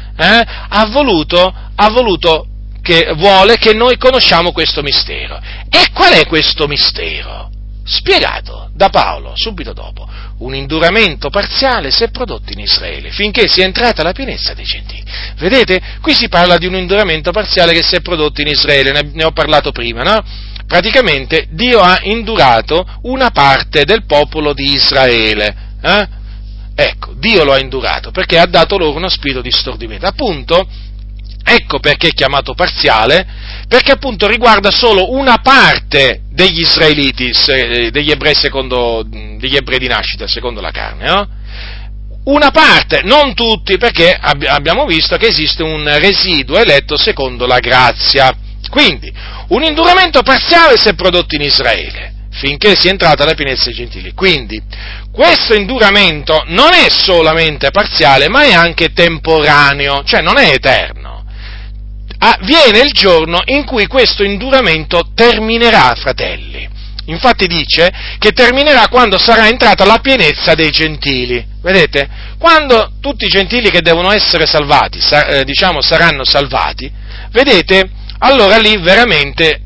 vuole che noi conosciamo questo mistero. E qual è questo mistero? Spiegato da Paolo subito dopo. Un induramento parziale si è prodotto in Israele, finché sia entrata la pienezza dei gentili. Vedete? Qui si parla di un induramento parziale che si è prodotto in Israele, ne ho parlato prima, no? Praticamente Dio ha indurato una parte del popolo di Israele. Ecco, Dio lo ha indurato perché ha dato loro uno spirito di stordimento. Appunto, ecco perché è chiamato parziale, perché appunto riguarda solo una parte degli israeliti, degli ebrei di nascita, secondo la carne, no? Una parte, non tutti, perché abbiamo visto che esiste un residuo eletto secondo la grazia. Quindi, un induramento parziale si è prodotto in Israele, finché sia entrata la pienezza dei gentili. Quindi, questo induramento non è solamente parziale, ma è anche temporaneo, cioè non è eterno. Viene il giorno in cui questo induramento terminerà, fratelli. Infatti dice che terminerà quando sarà entrata la pienezza dei gentili. Vedete? Quando tutti i gentili che devono essere salvati, saranno salvati, vedete? Allora lì veramente,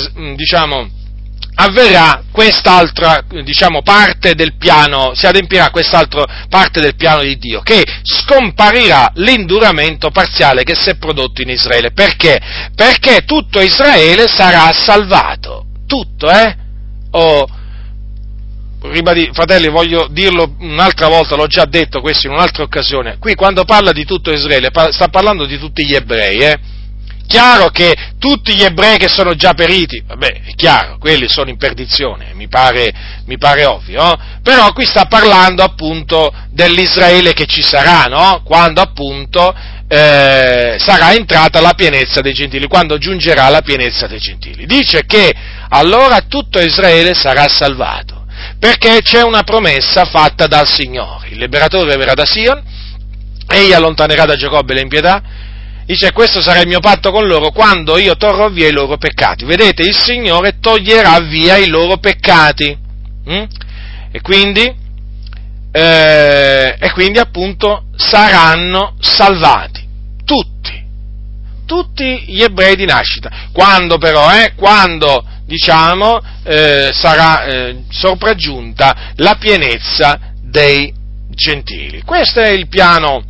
avverrà quest'altra, parte del piano, si adempirà quest'altra parte del piano di Dio, che scomparirà l'induramento parziale che si è prodotto in Israele. Perché? Perché tutto Israele sarà salvato. Tutto, fratelli, voglio dirlo un'altra volta, l'ho già detto questo in un'altra occasione. Qui quando parla di tutto Israele, sta parlando di tutti gli ebrei, Chiaro che tutti gli ebrei che sono già periti, vabbè, è chiaro, quelli sono in perdizione, mi pare ovvio, no? Però qui sta parlando appunto dell'Israele che ci sarà, no? Quando appunto sarà entrata la pienezza dei gentili, quando giungerà la pienezza dei gentili. Dice che allora tutto Israele sarà salvato, perché c'è una promessa fatta dal Signore. Il liberatore verrà da Sion, egli allontanerà da Giacobbe le impietà. Dice, questo sarà il mio patto con loro quando io torrò via i loro peccati. Vedete, il Signore toglierà via i loro peccati. E quindi appunto saranno salvati. Tutti gli ebrei di nascita. Quando però, sarà sopraggiunta la pienezza dei gentili. Questo è il piano.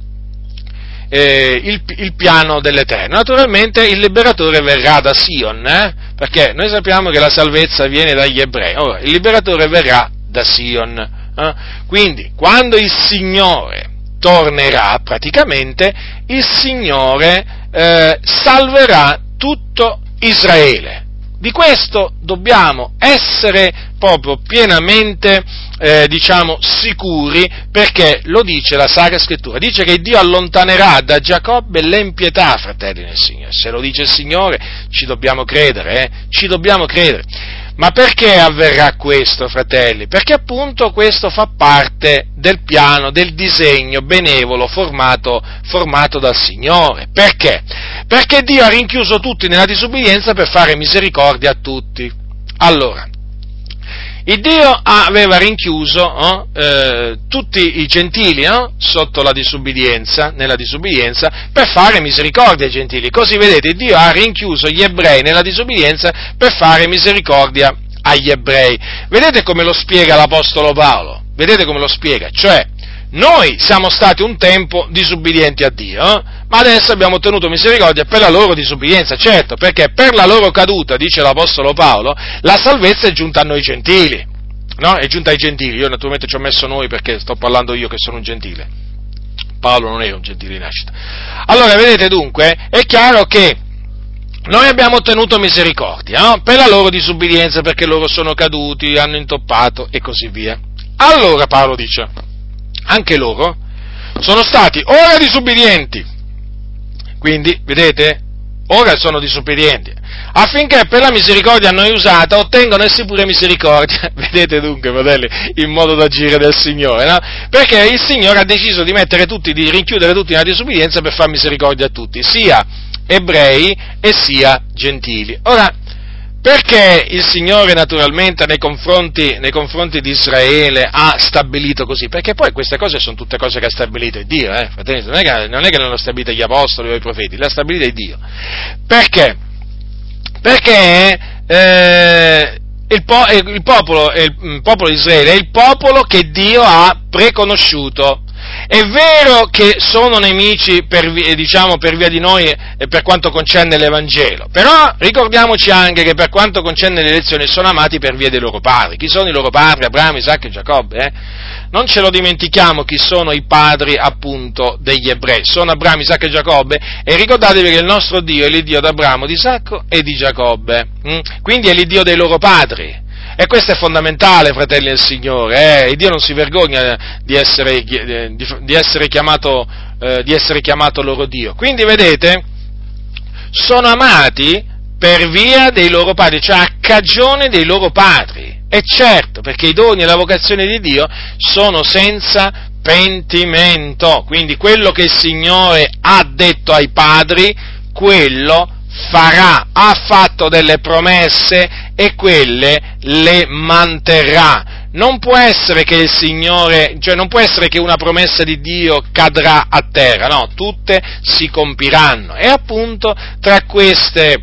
Il piano dell'Eterno. Naturalmente il liberatore verrà da Sion, perché noi sappiamo che la salvezza viene dagli ebrei. Ora, il liberatore verrà da Sion. Quindi, quando il Signore tornerà, praticamente, il Signore salverà tutto Israele. Di questo dobbiamo essere proprio pienamente, sicuri, perché lo dice la Sacra Scrittura. Dice che Dio allontanerà da Giacobbe l'impietà, fratelli nel Signore. Se lo dice il Signore, ci dobbiamo credere, ci dobbiamo credere. Ma perché avverrà questo, fratelli? Perché appunto questo fa parte del piano, del disegno benevolo formato dal Signore. Perché? Perché Dio ha rinchiuso tutti nella disubbidienza per fare misericordia a tutti. Allora, Il Dio aveva rinchiuso tutti i gentili sotto la disubbidienza, nella disubbidienza, per fare misericordia ai gentili. Così vedete, Dio ha rinchiuso gli ebrei nella disubbidienza per fare misericordia agli ebrei. Vedete come lo spiega l'Apostolo Paolo? Vedete come lo spiega? Cioè, noi siamo stati un tempo disubbidienti a Dio, ma adesso abbiamo ottenuto misericordia per la loro disubbidienza, certo, perché per la loro caduta, dice l'Apostolo Paolo, la salvezza è giunta a noi gentili, no? È giunta ai gentili, io naturalmente ci ho messo noi perché sto parlando io che sono un gentile, Paolo non è un gentile di nascita. Allora, vedete dunque, è chiaro che noi abbiamo ottenuto misericordia per la loro disubbidienza, perché loro sono caduti, hanno intoppato e così via. Allora Paolo dice, anche loro sono stati ora disubbidienti, quindi, vedete, ora sono disubbidienti, affinché per la misericordia a noi usata ottengano essi pure misericordia. Vedete dunque, fratelli, il modo d'agire del Signore, no? Perché il Signore ha deciso di rinchiudere tutti nella disubbidienza per far misericordia a tutti, sia ebrei e sia gentili. Ora, perché il Signore naturalmente nei confronti di Israele ha stabilito così? Perché poi queste cose sono tutte cose che ha stabilito Dio, fratelli, non è che non l'ha stabilito gli apostoli o i profeti, l'ha stabilito Dio. Perché? Perché il popolo di Israele è il popolo che Dio ha preconosciuto. È vero che sono nemici per via di noi e per quanto concerne l'Evangelo, però ricordiamoci anche che per quanto concerne l'elezione sono amati per via dei loro padri. Chi sono i loro padri? Abramo, Isacco e Giacobbe? Non ce lo dimentichiamo chi sono i padri appunto degli ebrei. Sono Abramo, Isacco e Giacobbe, e ricordatevi che il nostro Dio è l'Iddio di Abramo, di Isacco e di Giacobbe. Quindi è l'Iddio dei loro padri. E questo è fondamentale, fratelli del Signore, e Dio non si vergogna di essere chiamato loro Dio. Quindi, vedete, sono amati per via dei loro padri, cioè a cagione dei loro padri. E certo, perché i doni e la vocazione di Dio sono senza pentimento. Quindi quello che il Signore ha detto ai padri, quello farà, ha fatto delle promesse e quelle le manterrà. Non può essere che il Signore, cioè non può essere che una promessa di Dio cadrà a terra, no, tutte si compiranno. E appunto tra queste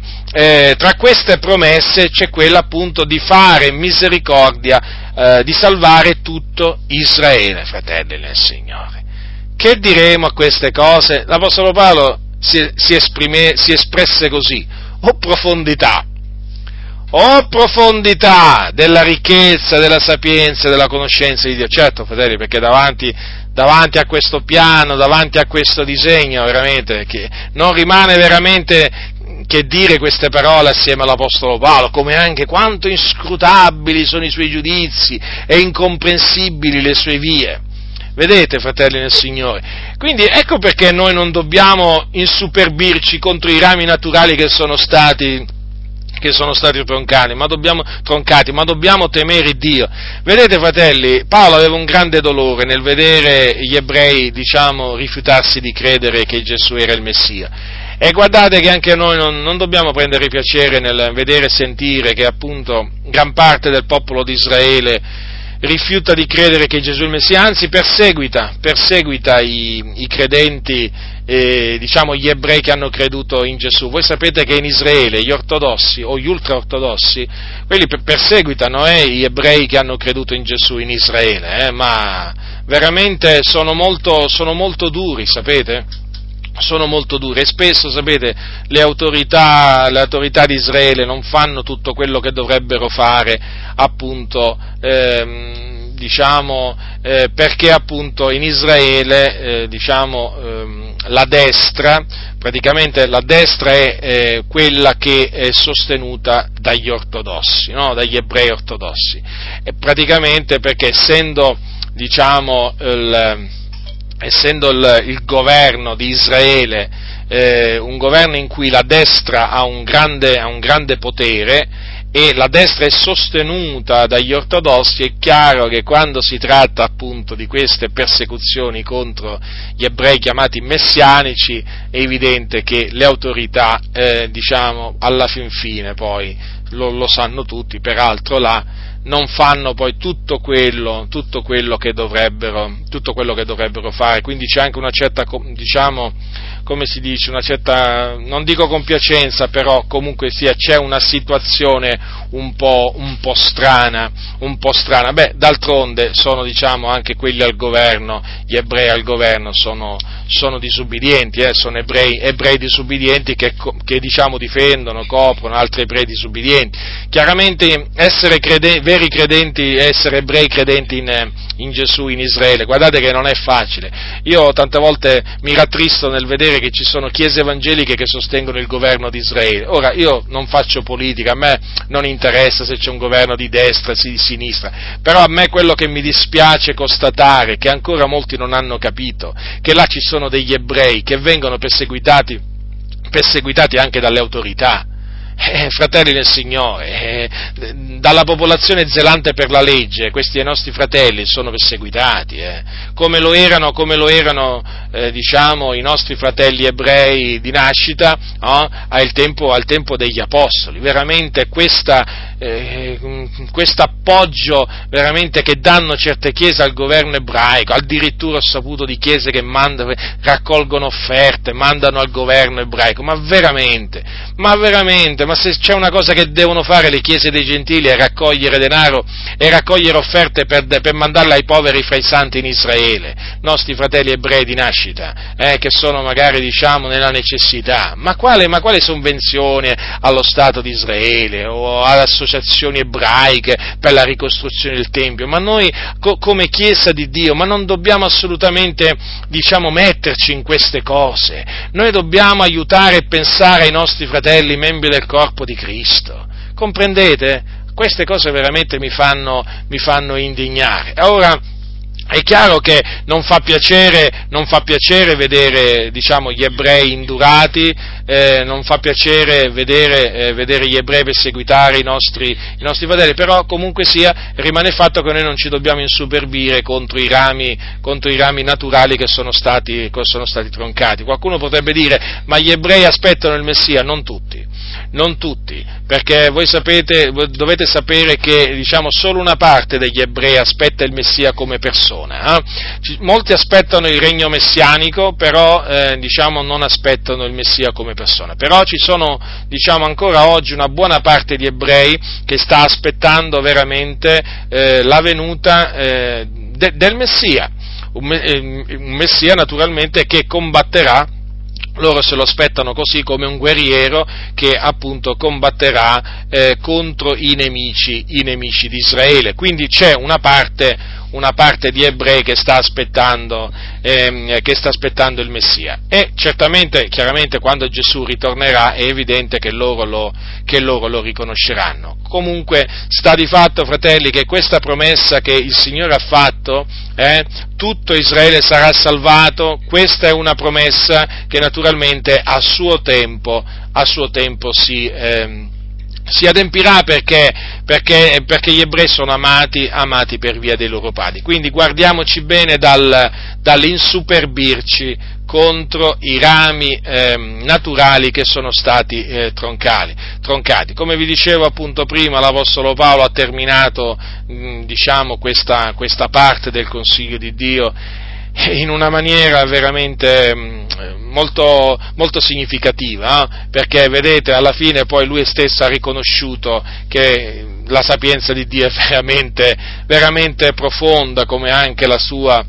promesse c'è quella appunto di fare misericordia, di salvare tutto Israele, fratelli nel Signore. Che diremo a queste cose? L'Apostolo Paolo si espresse così: o profondità della ricchezza, della sapienza, della conoscenza di Dio. Certo, fratelli, perché davanti a questo piano, davanti a questo disegno, veramente, che non rimane veramente che dire queste parole assieme all'Apostolo Paolo, come anche quanto inscrutabili sono i suoi giudizi e incomprensibili le sue vie. Vedete, fratelli nel Signore? Quindi ecco perché noi non dobbiamo insuperbirci contro i rami naturali che sono stati troncati, ma dobbiamo temere Dio. Vedete, fratelli, Paolo aveva un grande dolore nel vedere gli ebrei, rifiutarsi di credere che Gesù era il Messia. E guardate che anche noi non dobbiamo prendere piacere nel vedere e sentire che appunto gran parte del popolo di Israele rifiuta di credere che Gesù è il Messia, anzi perseguita i credenti, gli ebrei che hanno creduto in Gesù. Voi sapete che in Israele gli ortodossi o gli ultraortodossi, quelli perseguitano gli ebrei che hanno creduto in Gesù in Israele, ma veramente sono molto duri, sapete? Sono molto dure, e spesso, sapete, le autorità di Israele non fanno tutto quello che dovrebbero fare, appunto, perché appunto in Israele, la destra è quella che è sostenuta dagli ortodossi, no? Dagli ebrei ortodossi, e praticamente perché essendo il governo di Israele un governo in cui la destra ha un grande potere e la destra è sostenuta dagli ortodossi, è chiaro che quando si tratta appunto di queste persecuzioni contro gli ebrei chiamati messianici, è evidente che le autorità alla fin fine poi lo sanno tutti, peraltro là non fanno poi tutto quello che dovrebbero fare, quindi c'è anche una certa, diciamo, come si dice, una certa, non dico compiacenza, però comunque sia, c'è una situazione un po' strana. Beh, d'altronde sono, diciamo, anche quelli al governo, gli ebrei al governo sono disubbidienti, sono ebrei disubbidienti che diciamo difendono, coprono altri ebrei disubbidienti. Chiaramente essere veri credenti, essere ebrei credenti in Gesù, in Israele, guardate che non è facile. Io tante volte mi rattristo nel vedere che ci sono chiese evangeliche che sostengono il governo di Israele. Ora, io non faccio politica, a me non interessa se c'è un governo di destra, di sinistra, però a me quello che mi dispiace constatare, che ancora molti non hanno capito, che là ci sono degli ebrei che vengono perseguitati anche dalle autorità. Fratelli del Signore, dalla popolazione zelante per la legge, questi nostri fratelli sono perseguitati, come lo erano, diciamo, i nostri fratelli ebrei di nascita, al tempo degli apostoli. Veramente questo appoggio veramente che danno certe chiese al governo ebraico, addirittura ho saputo di chiese che raccolgono offerte, mandano al governo ebraico, ma veramente, ma se c'è una cosa che devono fare le chiese dei gentili è raccogliere denaro e raccogliere offerte per mandarla ai poveri fra i santi in Israele, nostri fratelli ebrei di nascita, che sono magari, diciamo, nella necessità, ma quale sovvenzione allo Stato di Israele o alle associazioni ebraiche per la ricostruzione del Tempio? Ma noi come Chiesa di Dio, ma non dobbiamo assolutamente, diciamo, metterci in queste cose, noi dobbiamo aiutare e pensare ai nostri fratelli membri del corpo di Cristo, comprendete? Queste cose veramente mi fanno indignare. Ora, è chiaro che non fa piacere vedere, diciamo, gli ebrei indurati, non fa piacere vedere gli ebrei perseguitare i nostri fratelli, però comunque sia, rimane il fatto che noi non ci dobbiamo insuperbire contro i rami naturali che sono stati troncati. Qualcuno potrebbe dire, ma gli ebrei aspettano il Messia? Non tutti, perché voi dovete sapere che, diciamo, solo una parte degli ebrei aspetta il Messia come persona. Molti aspettano il regno messianico, però diciamo non aspettano il Messia come persona. Però ci sono, diciamo, ancora oggi una buona parte di ebrei che sta aspettando veramente la venuta del Messia, un Messia naturalmente che combatterà. Loro se lo aspettano così, come un guerriero che appunto combatterà contro i nemici di Israele. Quindi c'è una parte di ebrei che sta aspettando il Messia, e chiaramente quando Gesù ritornerà è evidente che loro lo riconosceranno. Comunque sta di fatto, fratelli, che questa promessa che il Signore ha fatto, tutto Israele sarà salvato, questa è una promessa che naturalmente a suo tempo si adempirà, perché gli ebrei sono amati per via dei loro padri. Quindi guardiamoci bene dall'insuperbirci contro i rami naturali che sono stati troncati. Come vi dicevo appunto prima, l'Apostolo Paolo ha terminato diciamo questa parte del Consiglio di Dio in una maniera veramente molto, molto significativa, perché vedete, alla fine poi lui stesso ha riconosciuto che la sapienza di Dio è veramente, veramente profonda, come anche la sua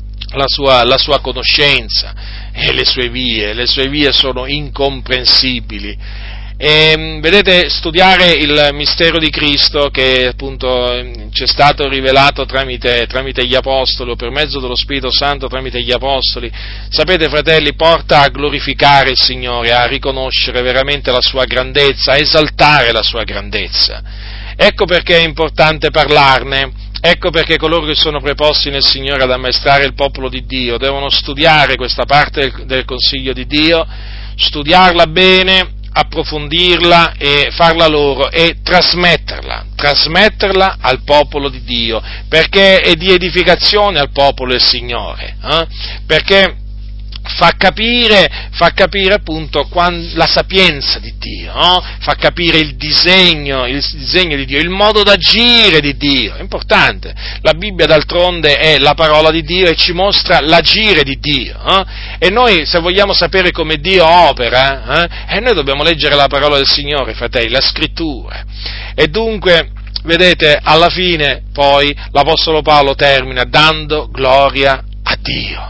conoscenza, e le sue vie sono incomprensibili. E, vedete, studiare il mistero di Cristo, che appunto ci è stato rivelato tramite gli Apostoli, o per mezzo dello Spirito Santo tramite gli Apostoli, sapete, fratelli, porta a glorificare il Signore, a riconoscere veramente la sua grandezza, a esaltare la sua grandezza. Ecco perché è importante parlarne. Ecco perché coloro che sono preposti nel Signore ad ammaestrare il popolo di Dio devono studiare questa parte del Consiglio di Dio, studiarla bene, approfondirla e farla loro e trasmetterla al popolo di Dio, perché è di edificazione al popolo del Signore, perché fa capire appunto la sapienza di Dio, no? Fa capire il disegno di Dio, il modo d'agire di Dio, è importante. La Bibbia d'altronde è la parola di Dio e ci mostra l'agire di Dio, e noi se vogliamo sapere come Dio opera, noi dobbiamo leggere la parola del Signore, fratelli, la Scrittura, e dunque, vedete, alla fine poi l'Apostolo Paolo termina dando gloria a Dio,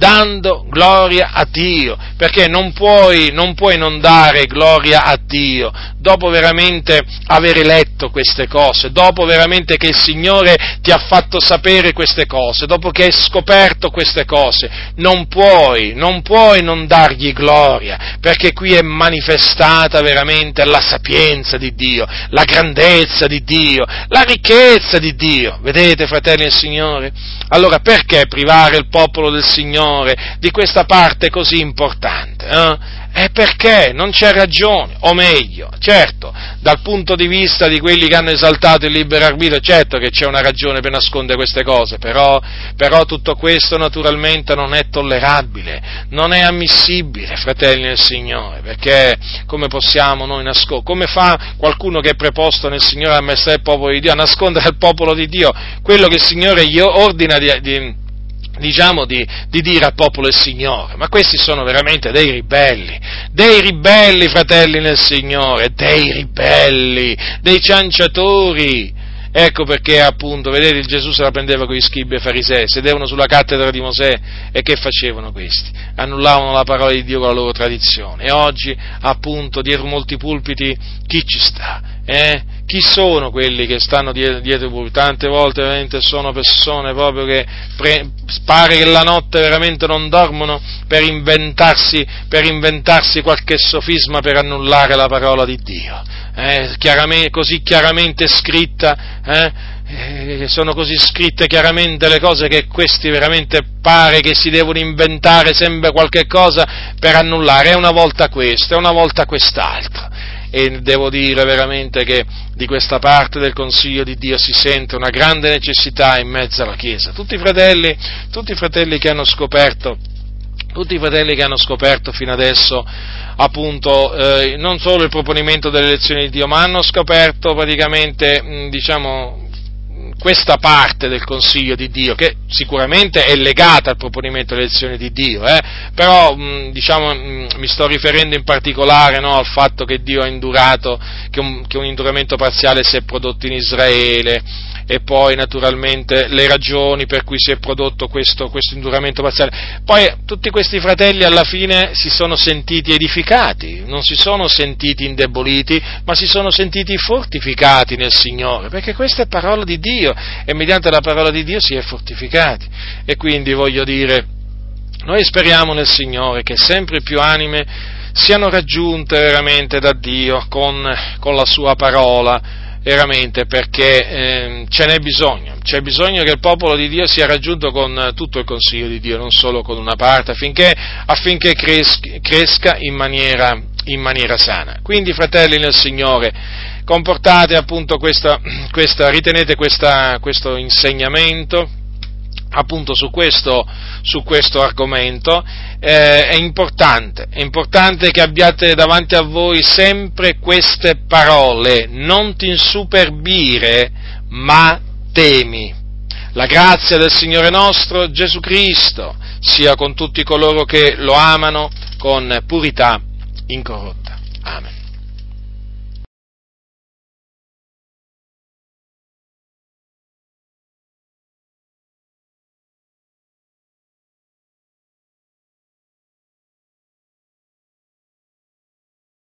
perché non puoi non dare gloria a Dio dopo veramente avere letto queste cose, dopo veramente che il Signore ti ha fatto sapere queste cose, dopo che hai scoperto queste cose, non puoi non dargli gloria, perché qui è manifestata veramente la sapienza di Dio, la grandezza di Dio, la ricchezza di Dio. Vedete, fratelli del Signore? Allora perché privare il popolo del Signore di questa parte così importante? È perché non c'è ragione, o meglio, certo, dal punto di vista di quelli che hanno esaltato il libero arbitrio, certo che c'è una ragione per nascondere queste cose, però tutto questo naturalmente non è tollerabile, non è ammissibile, fratelli del Signore, perché come possiamo noi nascondere, come fa qualcuno che è preposto nel Signore a ammaestrare il popolo di Dio, a nascondere al popolo di Dio quello che il Signore gli ordina di dire al popolo del Signore? Ma questi sono veramente dei ribelli, fratelli nel Signore, dei cianciatori. Ecco perché appunto, vedete, Gesù se la prendeva con gli scribi e farisei, sedevano sulla cattedra di Mosè, e che facevano questi? Annullavano la parola di Dio con la loro tradizione. E oggi appunto dietro molti pulpiti chi ci sta? Chi sono quelli che stanno dietro i pulpiti? Tante volte veramente sono persone proprio che pare che la notte veramente non dormono per inventarsi qualche sofisma per annullare la parola di Dio, così chiaramente scritta, sono così scritte chiaramente le cose che questi veramente pare che si devono inventare sempre qualche cosa per annullare, una volta questo, una volta quest'altro. E devo dire veramente che di questa parte del Consiglio di Dio si sente una grande necessità in mezzo alla Chiesa. Tutti i fratelli che hanno scoperto fino adesso appunto non solo il proponimento delle elezioni di Dio, ma hanno scoperto praticamente questa parte del Consiglio di Dio, che sicuramente è legata al proponimento delle elezioni di Dio, però mi sto riferendo in particolare, no, al fatto che Dio ha indurato, che un induramento parziale si è prodotto in Israele, e poi naturalmente le ragioni per cui si è prodotto questo induramento parziale. Poi tutti questi fratelli alla fine si sono sentiti edificati, non si sono sentiti indeboliti, ma si sono sentiti fortificati nel Signore, perché questa è parola di Dio, e mediante la parola di Dio si è fortificati. E quindi voglio dire, noi speriamo nel Signore che sempre più anime siano raggiunte veramente da Dio con la sua parola, veramente, perché c'è bisogno che il popolo di Dio sia raggiunto con tutto il Consiglio di Dio, non solo con una parte, affinché cresca in maniera sana. Quindi, fratelli nel Signore, comportate appunto ritenete questo insegnamento appunto su questo argomento. È importante che abbiate davanti a voi sempre queste parole: non ti insuperbire, ma temi. La grazia del Signore nostro Gesù Cristo sia con tutti coloro che lo amano con purità incorrotta.